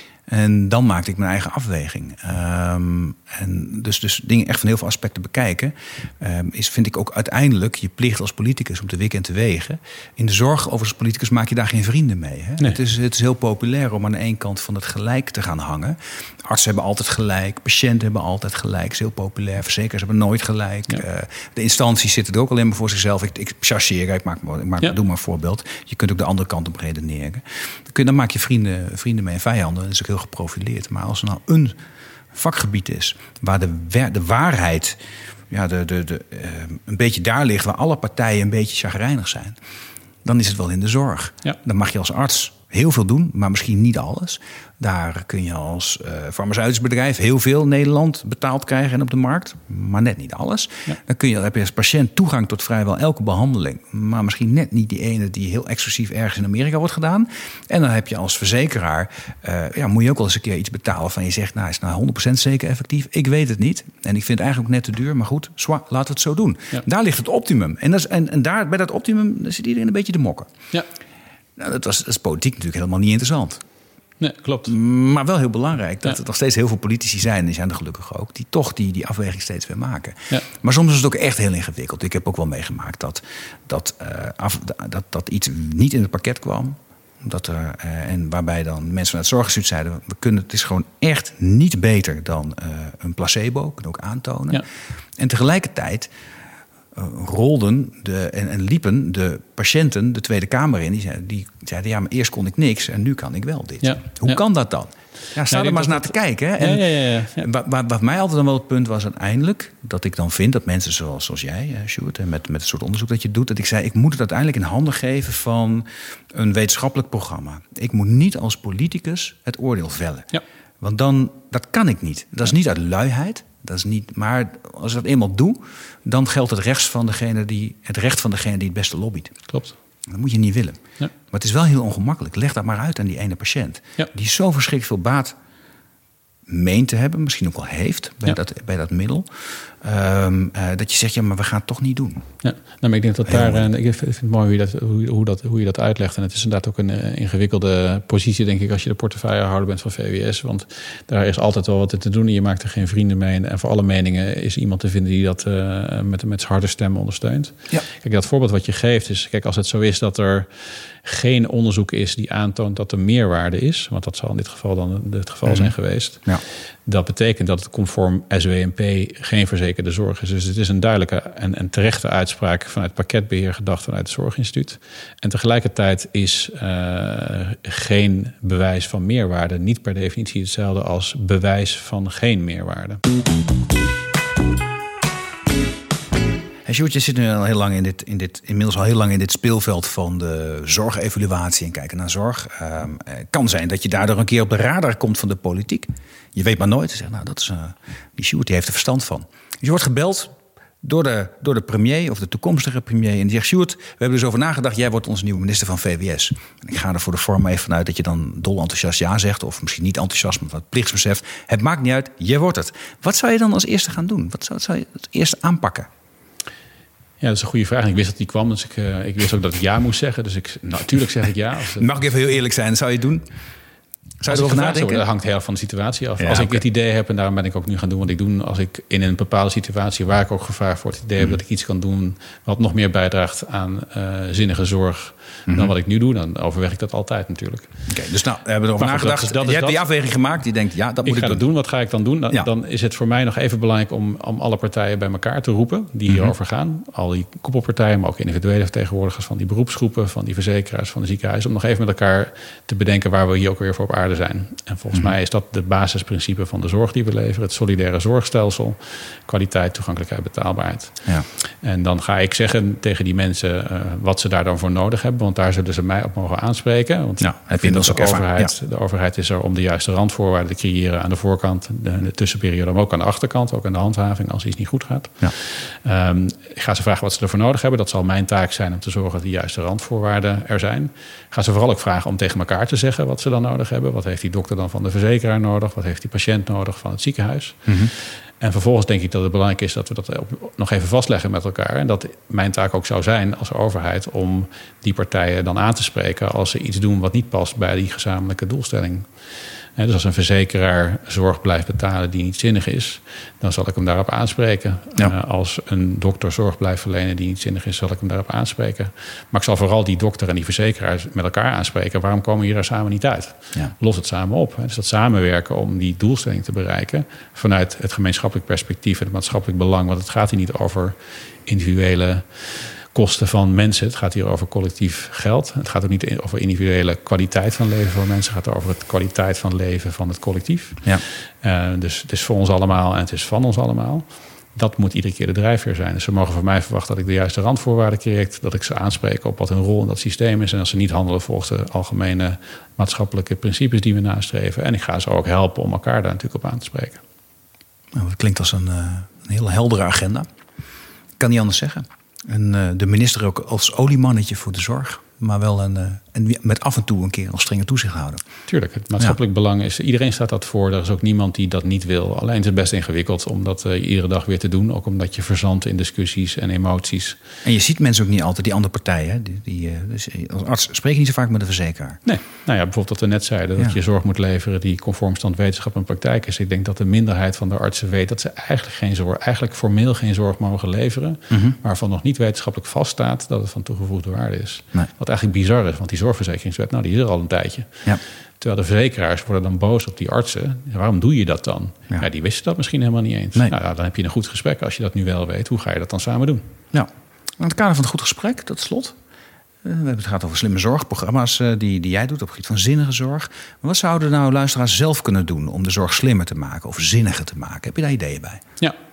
En dan maakte ik mijn eigen afweging. Um, en dus, dus dingen echt van heel veel aspecten bekijken. Um, is, vind ik ook uiteindelijk je plicht als politicus om te wikken en te wegen. In de zorg, overigens als politicus, maak je daar geen vrienden mee. Hè? Nee. Het, is, het is heel populair om aan de ene kant van het gelijk te gaan hangen. Artsen hebben altijd gelijk, patiënten hebben altijd gelijk. Het is heel populair, verzekeraars hebben nooit gelijk. Ja. Uh, de instanties zitten er ook alleen maar voor zichzelf. Ik, ik chargeer, ik maak, ik maak, ja. doe maar een voorbeeld. Je kunt ook de andere kant op redeneren. Dan, kun, dan maak je vrienden, vrienden mee en vijanden. Dat is ook heel geprofileerd. Maar als er nou een vakgebied is waar de, de waarheid ja, de, de, de, uh, een beetje daar ligt, waar alle partijen een beetje chagrijnig zijn, dan is het wel in de zorg. Ja. Dan mag je als arts heel veel doen, maar misschien niet alles. Daar kun je als uh, farmaceutisch bedrijf heel veel in Nederland betaald krijgen en op de markt, maar net niet alles. Ja. Dan kun je, dan heb je als patiënt toegang tot vrijwel elke behandeling, maar misschien net niet die ene die heel exclusief ergens in Amerika wordt gedaan. En dan heb je als verzekeraar, uh, ja, moet je ook wel eens een keer iets betalen van je zegt, nou is het nou honderd procent zeker effectief? Ik weet het niet. En ik vind het eigenlijk net te duur, maar goed, zwa, laten we het zo doen. Ja. Daar ligt het optimum. En, dat is, en, en daar, bij dat optimum zit iedereen een beetje te mokken. Ja. Nou, dat, was, dat is politiek natuurlijk helemaal niet interessant. Nee, klopt. Maar wel heel belangrijk dat ja. er nog steeds heel veel politici zijn, en die zijn er gelukkig ook, die toch die, die afweging steeds weer maken. Ja. Maar soms is het ook echt heel ingewikkeld. Ik heb ook wel meegemaakt dat, dat, uh, af, dat, dat iets niet in het pakket kwam. Dat er, uh, en waarbij dan mensen vanuit het Zorginstituut zeiden, we kunnen, het is gewoon echt niet beter dan uh, een placebo, kunnen ook aantonen. Ja. En tegelijkertijd Uh, rolden de, en, en liepen de patiënten de Tweede Kamer in. Die zeiden, die zeiden, ja, maar eerst kon ik niks en nu kan ik wel dit. Ja, Hoe ja. kan dat dan? Ja, sta ja, er maar eens naar te kijken. Hè? En, ja, ja, ja, ja. Wat, wat, wat mij altijd dan wel het punt was uiteindelijk, dat ik dan vind dat mensen zoals, zoals jij, Sjoerd, met, met het soort onderzoek dat je doet, dat ik zei, ik moet het uiteindelijk in handen geven van een wetenschappelijk programma. Ik moet niet als politicus het oordeel vellen. Ja. Want dan, dat kan ik niet. Dat is niet uit luiheid. Dat is niet, maar als ik dat eenmaal doe, dan geldt het, rechts van degene die, het recht van degene die het beste lobbyt. Klopt. Dat moet je niet willen. Ja. Maar het is wel heel ongemakkelijk. Leg dat maar uit aan die ene patiënt. Ja. Die zo verschrikkelijk veel baat meent te hebben, misschien ook al heeft bij, ja. dat, bij dat middel. Um, uh, dat je zegt, ja, maar we gaan het toch niet doen. Ja, nou, maar ik denk dat daar, en ik vind het mooi hoe je, dat, hoe, hoe, dat, hoe je dat uitlegt. En het is inderdaad ook een uh, ingewikkelde positie, denk ik, als je de portefeuillehouder bent van V W S. Want daar is altijd wel wat te doen en je maakt er geen vrienden mee. En voor alle meningen is iemand te vinden die dat uh, met, met zijn harde stem ondersteunt. Ja. Kijk, dat voorbeeld wat je geeft is, kijk, als het zo is dat er geen onderzoek is die aantoont dat er meerwaarde is, want dat zal in dit geval dan het geval zijn geweest. Ja. Dat betekent dat het conform S W M P geen verzekerde zorg is. Dus het is een duidelijke en, en terechte uitspraak vanuit pakketbeheer gedacht vanuit het Zorginstituut. En tegelijkertijd is uh, geen bewijs van meerwaarde niet per definitie hetzelfde als bewijs van geen meerwaarde. Hey Sjoerd, je zit nu al heel lang in dit, in dit, inmiddels al heel lang in dit speelveld van de zorgevaluatie en kijken naar zorg. Uh, kan zijn dat je daardoor een keer op de radar komt van de politiek. Je weet maar nooit. Je zegt, nou, dat is, uh, die Sjoerd die heeft er verstand van. Dus je wordt gebeld door de, door de premier of de toekomstige premier. En die zegt, Sjoerd, we hebben dus over nagedacht. Jij wordt onze nieuwe minister van V W S. En ik ga er voor de vorm even vanuit dat je dan dol enthousiast ja zegt. Of misschien niet enthousiast, maar wat plichtsbesef. Het maakt niet uit, je wordt het. Wat zou je dan als eerste gaan doen? Wat zou, wat zou je het eerste aanpakken? Ja, dat is een goede vraag. Ik wist dat die kwam, dus ik, uh, ik wist ook dat ik ja moest zeggen. Dus ik, nou, natuurlijk zeg ik ja. Als het... Mag ik even heel eerlijk zijn? Zou je het doen? Zou je erover nadenken? Dat hangt heel erg van de situatie af. Ja, als ik okay. het idee heb, en daarom ben ik ook nu gaan doen wat ik doe, als ik in een bepaalde situatie waar ik ook gevraagd voor het idee mm-hmm. heb dat ik iets kan doen wat nog meer bijdraagt aan uh, zinnige zorg mm-hmm. dan wat ik nu doe, dan overweeg ik dat altijd natuurlijk. Oké, okay, dus nou, we hebben erover maar nagedacht. Dat, dat je hebt dat. Die afweging gemaakt, die denkt, ja, dat moet ik, ik ga doen. dat doen. Wat ga ik dan doen? Dan, ja. dan is het voor mij nog even belangrijk om, om alle partijen bij elkaar te roepen die mm-hmm. hierover gaan. Al die koepelpartijen, maar ook individuele vertegenwoordigers van die beroepsgroepen, van die verzekeraars, van de ziekenhuizen, om nog even met elkaar te bedenken waar we hier ook weer voor op aarde zijn. En volgens mm-hmm. mij is dat de basisprincipe van de zorg die we leveren. Het solidaire zorgstelsel. Kwaliteit, toegankelijkheid, betaalbaarheid. Ja. En dan ga ik zeggen tegen die mensen uh, wat ze daar dan voor nodig hebben. Want daar zullen ze mij op mogen aanspreken. Want ja, heb je dat ook de overheid, ja. de overheid is er om de juiste randvoorwaarden te creëren aan de voorkant. De, de tussenperiode, maar ook aan de achterkant. Ook aan de handhaving als iets niet goed gaat. Ja. Um, ik ga ze vragen wat ze ervoor nodig hebben. Dat zal mijn taak zijn om te zorgen dat de juiste randvoorwaarden er zijn. Ik ga ze vooral ook vragen om tegen elkaar te zeggen wat ze dan nodig hebben. Wat heeft die dokter dan van de verzekeraar nodig? Wat heeft die patiënt nodig van het ziekenhuis? Mm-hmm. En vervolgens denk ik dat het belangrijk is dat we dat nog even vastleggen met elkaar. En dat mijn taak ook zou zijn als overheid om die partijen dan aan te spreken als ze iets doen wat niet past bij die gezamenlijke doelstelling. He, dus als een verzekeraar zorg blijft betalen die niet zinnig is, dan zal ik hem daarop aanspreken. Ja. Uh, als een dokter zorg blijft verlenen die niet zinnig is, zal ik hem daarop aanspreken. Maar ik zal vooral die dokter en die verzekeraar met elkaar aanspreken. Waarom komen jullie daar samen niet uit? Ja. Los het samen op. He. Dus dat samenwerken om die doelstelling te bereiken vanuit het gemeenschappelijk perspectief en het maatschappelijk belang. Want het gaat hier niet over individuele kosten van mensen. Het gaat hier over collectief geld. Het gaat ook niet over individuele kwaliteit van leven voor mensen. Het gaat over de kwaliteit van leven van het collectief. Ja. Uh, dus het is voor ons allemaal en het is van ons allemaal. Dat moet iedere keer de drijfveer zijn. Dus ze mogen van mij verwachten dat ik de juiste randvoorwaarden creëer, dat ik ze aanspreek op wat hun rol in dat systeem is. En als ze niet handelen volgens de algemene maatschappelijke principes die we nastreven. En ik ga ze ook helpen om elkaar daar natuurlijk op aan te spreken. Nou, dat klinkt als een, uh, een hele heldere agenda. Ik kan niet anders zeggen. En uh, de minister ook als oliemannetje voor de zorg. Maar wel een, uh, en met af en toe een keer een strenge toezicht houden. Tuurlijk, het maatschappelijk ja. belang is... Iedereen staat dat voor. Er is ook niemand die dat niet wil. Alleen het is best ingewikkeld om dat uh, iedere dag weer te doen. Ook omdat je verzandt in discussies en emoties. En je ziet mensen ook niet altijd, die andere partijen. Hè? Die, die, uh, dus als arts spreek je niet zo vaak met de verzekeraar. Nee, nou ja, bijvoorbeeld wat we net zeiden. Dat ja. je zorg moet leveren die conform stand wetenschap en praktijk is. Ik denk dat de minderheid van de artsen weet dat ze eigenlijk geen zorg... eigenlijk formeel geen zorg mogen leveren. Mm-hmm. Waarvan nog niet wetenschappelijk vaststaat dat het van toegevoegde waarde is. Nee. Wat eigenlijk bizar is, want die zorgverzekeringswet, nou, die is er al een tijdje. Ja. Terwijl de verzekeraars worden dan boos op die artsen. Waarom doe je dat dan? Ja. Ja, die wisten dat misschien helemaal niet eens. Nee. Nou ja, dan heb je een goed gesprek als je dat nu wel weet. Hoe ga je dat dan samen doen? Ja. In het kader van het goed gesprek, tot slot. We hebben het gehad over slimme zorgprogramma's die, die jij doet op het gebied van zinnige zorg. Maar wat zouden nou luisteraars zelf kunnen doen om de zorg slimmer te maken of zinniger te maken? Heb je daar ideeën bij? Ja.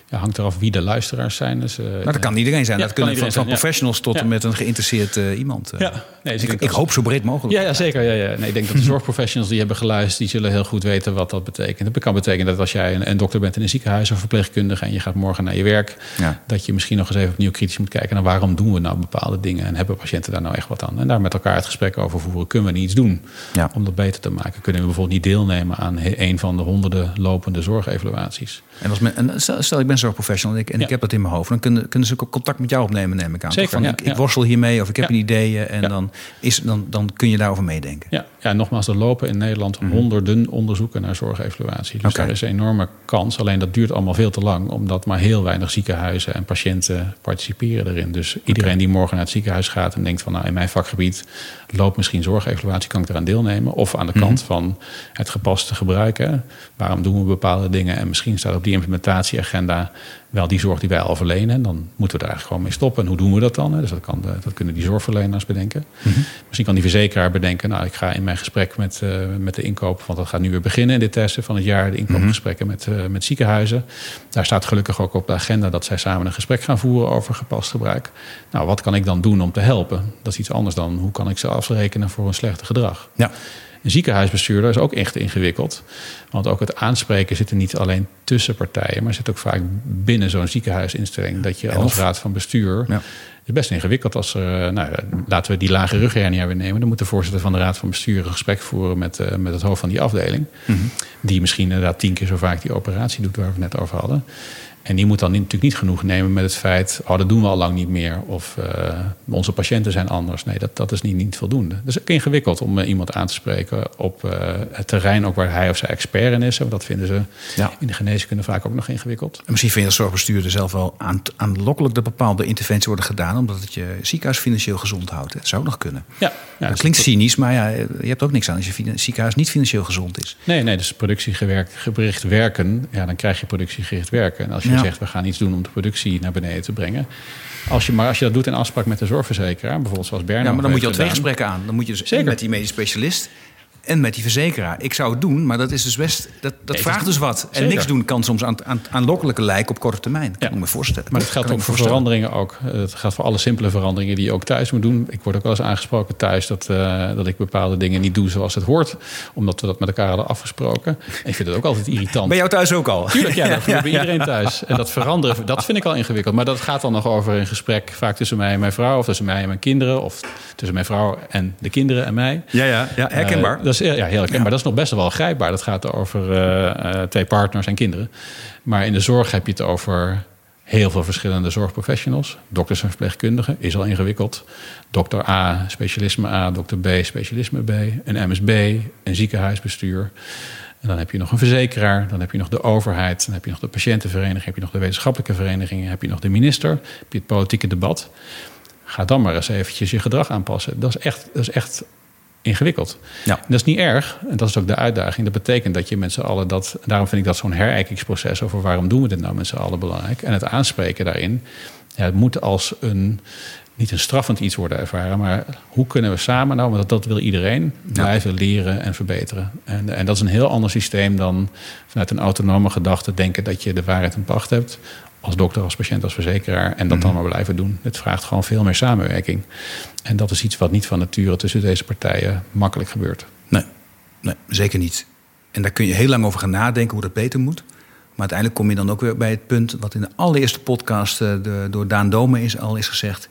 Ja, hangt eraf wie de luisteraars zijn. Dus, uh, maar dat kan iedereen zijn. Ja, dat kunnen van, van zijn, professionals ja. tot en ja. met een geïnteresseerd uh, iemand. Uh. Ja. Nee, dus ik ik, ik hoop zo breed mogelijk. Ja, ja zeker. Ja, ja. Nee, ik denk dat de zorgprofessionals die hebben geluisterd, die zullen heel goed weten wat dat betekent. Dat kan betekenen dat als jij een, een dokter bent in een ziekenhuis of verpleegkundige en je gaat morgen naar je werk, ja. dat je misschien nog eens even opnieuw kritisch moet kijken naar waarom doen we nou bepaalde dingen en hebben patiënten daar nou echt wat aan. En daar met elkaar het gesprek over voeren. Kunnen we niet iets doen ja. om dat beter te maken? Kunnen we bijvoorbeeld niet deelnemen aan een van de honderden lopende zorgevaluaties? En, als men, en stel, ik ben zorgprofessional en, ik, en ja. ik heb dat in mijn hoofd, dan kunnen, kunnen ze ook contact met jou opnemen, neem ik aan. Zeker, van, ja, ik, ja. ik worstel hiermee of ik heb ja. een idee en ja. dan, is, dan, dan kun je daarover meedenken. Ja, ja nogmaals, er lopen in Nederland mm-hmm. honderden onderzoeken naar zorgevaluatie. Dus okay. daar is een enorme kans. Alleen dat duurt allemaal veel te lang, omdat maar heel weinig ziekenhuizen en patiënten participeren erin. Dus iedereen okay. die morgen naar het ziekenhuis gaat en denkt van nou in mijn vakgebied loopt misschien zorgevaluatie, kan ik eraan deelnemen? Of aan de mm-hmm. kant van het gepaste gebruiken. Waarom doen we bepaalde dingen? En misschien staat op die implementatieagenda wel die zorg die wij al verlenen. En dan moeten we daar eigenlijk gewoon mee stoppen. En hoe doen we dat dan? Dus dat, kan de, dat kunnen die zorgverleners bedenken. Mm-hmm. Misschien kan die verzekeraar bedenken, nou, ik ga in mijn gesprek met, uh, met de inkoop, want dat gaat nu weer beginnen in dit testen van het jaar, de inkoopgesprekken mm-hmm. met, uh, met ziekenhuizen. Daar staat gelukkig ook op de agenda dat zij samen een gesprek gaan voeren over gepast gebruik. Nou, wat kan ik dan doen om te helpen? Dat is iets anders dan hoe kan ik ze afrekenen voor een slechte gedrag. Ja. Een ziekenhuisbestuurder is ook echt ingewikkeld. Want ook het aanspreken zit er niet alleen tussen partijen, maar zit ook vaak binnen zo'n ziekenhuisinstelling. Dat je als raad van bestuur. Ja. Het is best ingewikkeld als er. Nou, laten we die lage rughernia weer nemen. Dan moet de voorzitter van de raad van bestuur een gesprek voeren met, uh, met het hoofd van die afdeling. Mm-hmm. Die misschien inderdaad tien keer zo vaak die operatie doet waar we het net over hadden. En die moet dan natuurlijk niet genoeg nemen met het feit, oh, dat doen we al lang niet meer. Of uh, onze patiënten zijn anders. Nee, dat, dat is niet, niet voldoende. Het is ook ingewikkeld om uh, iemand aan te spreken op uh, het terrein ook waar hij of zij expert in is. Dat vinden ze ja. in de geneeskunde vaak ook nog ingewikkeld. En misschien vind je als zorgbestuurder zelf wel aanlokkelijk dat bepaalde interventies worden gedaan, omdat het je ziekenhuis financieel gezond houdt. Dat zou ook nog kunnen. Ja, ja, dat klinkt dat cynisch, maar ja, je hebt ook niks aan als je ziekenhuis niet financieel gezond is. Nee, nee, dus productiegericht werken, ja, dan krijg je productiegericht werken. En als je ja. zegt, we gaan iets doen om de productie naar beneden te brengen. Als je, maar als je dat doet in afspraak met de zorgverzekeraar, bijvoorbeeld zoals Bernard. Ja, maar dan moet je al twee gedaan. gesprekken aan. Dan moet je dus Zeker. met die medisch specialist en met die verzekeraar. Ik zou het doen, maar dat is dus best. Dat, dat nee, vraagt dus wat. Zeker. En niks doen kan soms aan, aan, aanlokkelijke lijken op korte termijn. Kan ja. ik me voorstellen. Maar dat geldt ook voor veranderingen ook. Het geldt voor alle simpele veranderingen die je ook thuis moet doen. Ik word ook wel eens aangesproken thuis dat, uh, dat ik bepaalde dingen niet doe zoals het hoort. Omdat we dat met elkaar hadden afgesproken. En ik vind het ook altijd irritant. Bij jou thuis ook al? Tuurlijk, ja. Dat ja, bij ja. iedereen thuis. En dat veranderen, dat vind ik al ingewikkeld. Maar dat gaat dan nog over een gesprek vaak tussen mij en mijn vrouw. Of tussen mij en mijn kinderen. Of tussen mijn vrouw en de kinderen en mij. Ja, ja, ja herkenbaar. Uh, dat is, ja, heel herkenbaar. Ja. Dat is nog best wel grijpbaar. Dat gaat over uh, uh, twee partners en kinderen. Maar in de zorg heb je het over heel veel verschillende zorgprofessionals. Dokters en verpleegkundigen is al ingewikkeld. Dokter A, specialisme A. Dokter B, specialisme B. Een M S B, een ziekenhuisbestuur. En dan heb je nog een verzekeraar. Dan heb je nog de overheid. Dan heb je nog de patiëntenvereniging. Heb je nog de wetenschappelijke verenigingen. Heb je nog de minister. Heb je het politieke debat. Ga dan maar eens eventjes je gedrag aanpassen. Dat is echt... Dat is echt ingewikkeld. Ja. Dat is niet erg. En dat is ook de uitdaging. Dat betekent dat je met z'n allen dat... Daarom vind ik dat zo'n herijkingsproces over waarom doen we dit nou met z'n allen belangrijk. En het aanspreken daarin. Ja, het moet als een... niet een straffend iets worden ervaren. Maar hoe kunnen we samen nou... want dat, dat wil iedereen. Blijven ja. leren en verbeteren. En, en dat is een heel ander systeem dan vanuit een autonome gedachte denken dat je de waarheid in pacht hebt. Als dokter, als patiënt, als verzekeraar. En dat mm-hmm. dan maar blijven doen. Het vraagt gewoon veel meer samenwerking. En dat is iets wat niet van nature tussen deze partijen makkelijk gebeurt. Nee, nee, zeker niet. En daar kun je heel lang over gaan nadenken hoe dat beter moet. Maar uiteindelijk kom je dan ook weer bij het punt... wat in de allereerste podcast uh, de, door Daan Dome is, al is gezegd...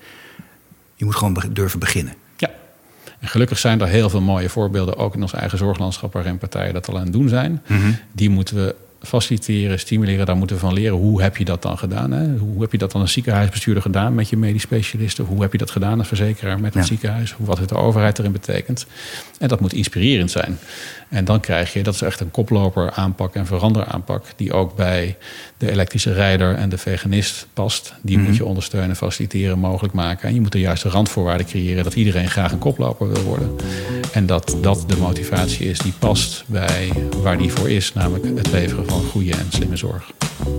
je moet gewoon be- durven beginnen. Ja, en gelukkig zijn er heel veel mooie voorbeelden... ook in ons eigen zorglandschap waarin partijen dat al aan het doen zijn. Mm-hmm. Die moeten we faciliteren, stimuleren, daar moeten we van leren. Hoe heb je dat dan gedaan? Hè? Hoe heb je dat dan als ziekenhuisbestuurder gedaan met je medisch specialisten? Hoe heb je dat gedaan als verzekeraar met het ja. ziekenhuis? Wat heeft de overheid erin betekent? En dat moet inspirerend zijn. En dan krijg je, dat is echt een koploper aanpak en veranderaanpak... die ook bij de elektrische rijder en de veganist past. Die mm-hmm. moet je ondersteunen, faciliteren, mogelijk maken. En je moet de juiste randvoorwaarden creëren... dat iedereen graag een koploper wil worden. En dat dat de motivatie is die past bij waar die voor is... namelijk het leveren van goede en slimme zorg.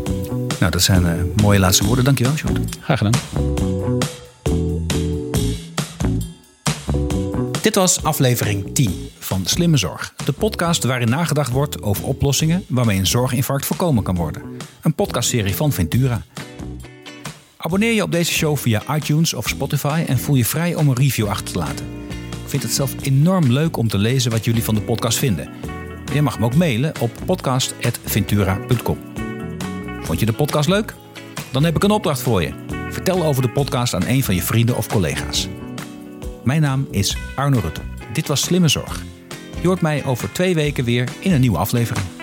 Nou, dat zijn uh, mooie laatste woorden. Dankjewel, Sjoerd. Graag gedaan. Dit was aflevering tien van van Slimme Zorg. De podcast waarin nagedacht wordt over oplossingen waarmee een zorginfarct voorkomen kan worden. Een podcastserie van Ventura. Abonneer je op deze show via iTunes of Spotify en voel je vrij om een review achter te laten. Ik vind het zelf enorm leuk om te lezen wat jullie van de podcast vinden. Je mag me ook mailen op podcast apenstaartje ventura punt com. Vond je de podcast leuk? Dan heb ik een opdracht voor je. Vertel over de podcast aan een van je vrienden of collega's. Mijn naam is Arno Rutte. Dit was Slimme Zorg. Je hoort mij over twee weken weer in een nieuwe aflevering.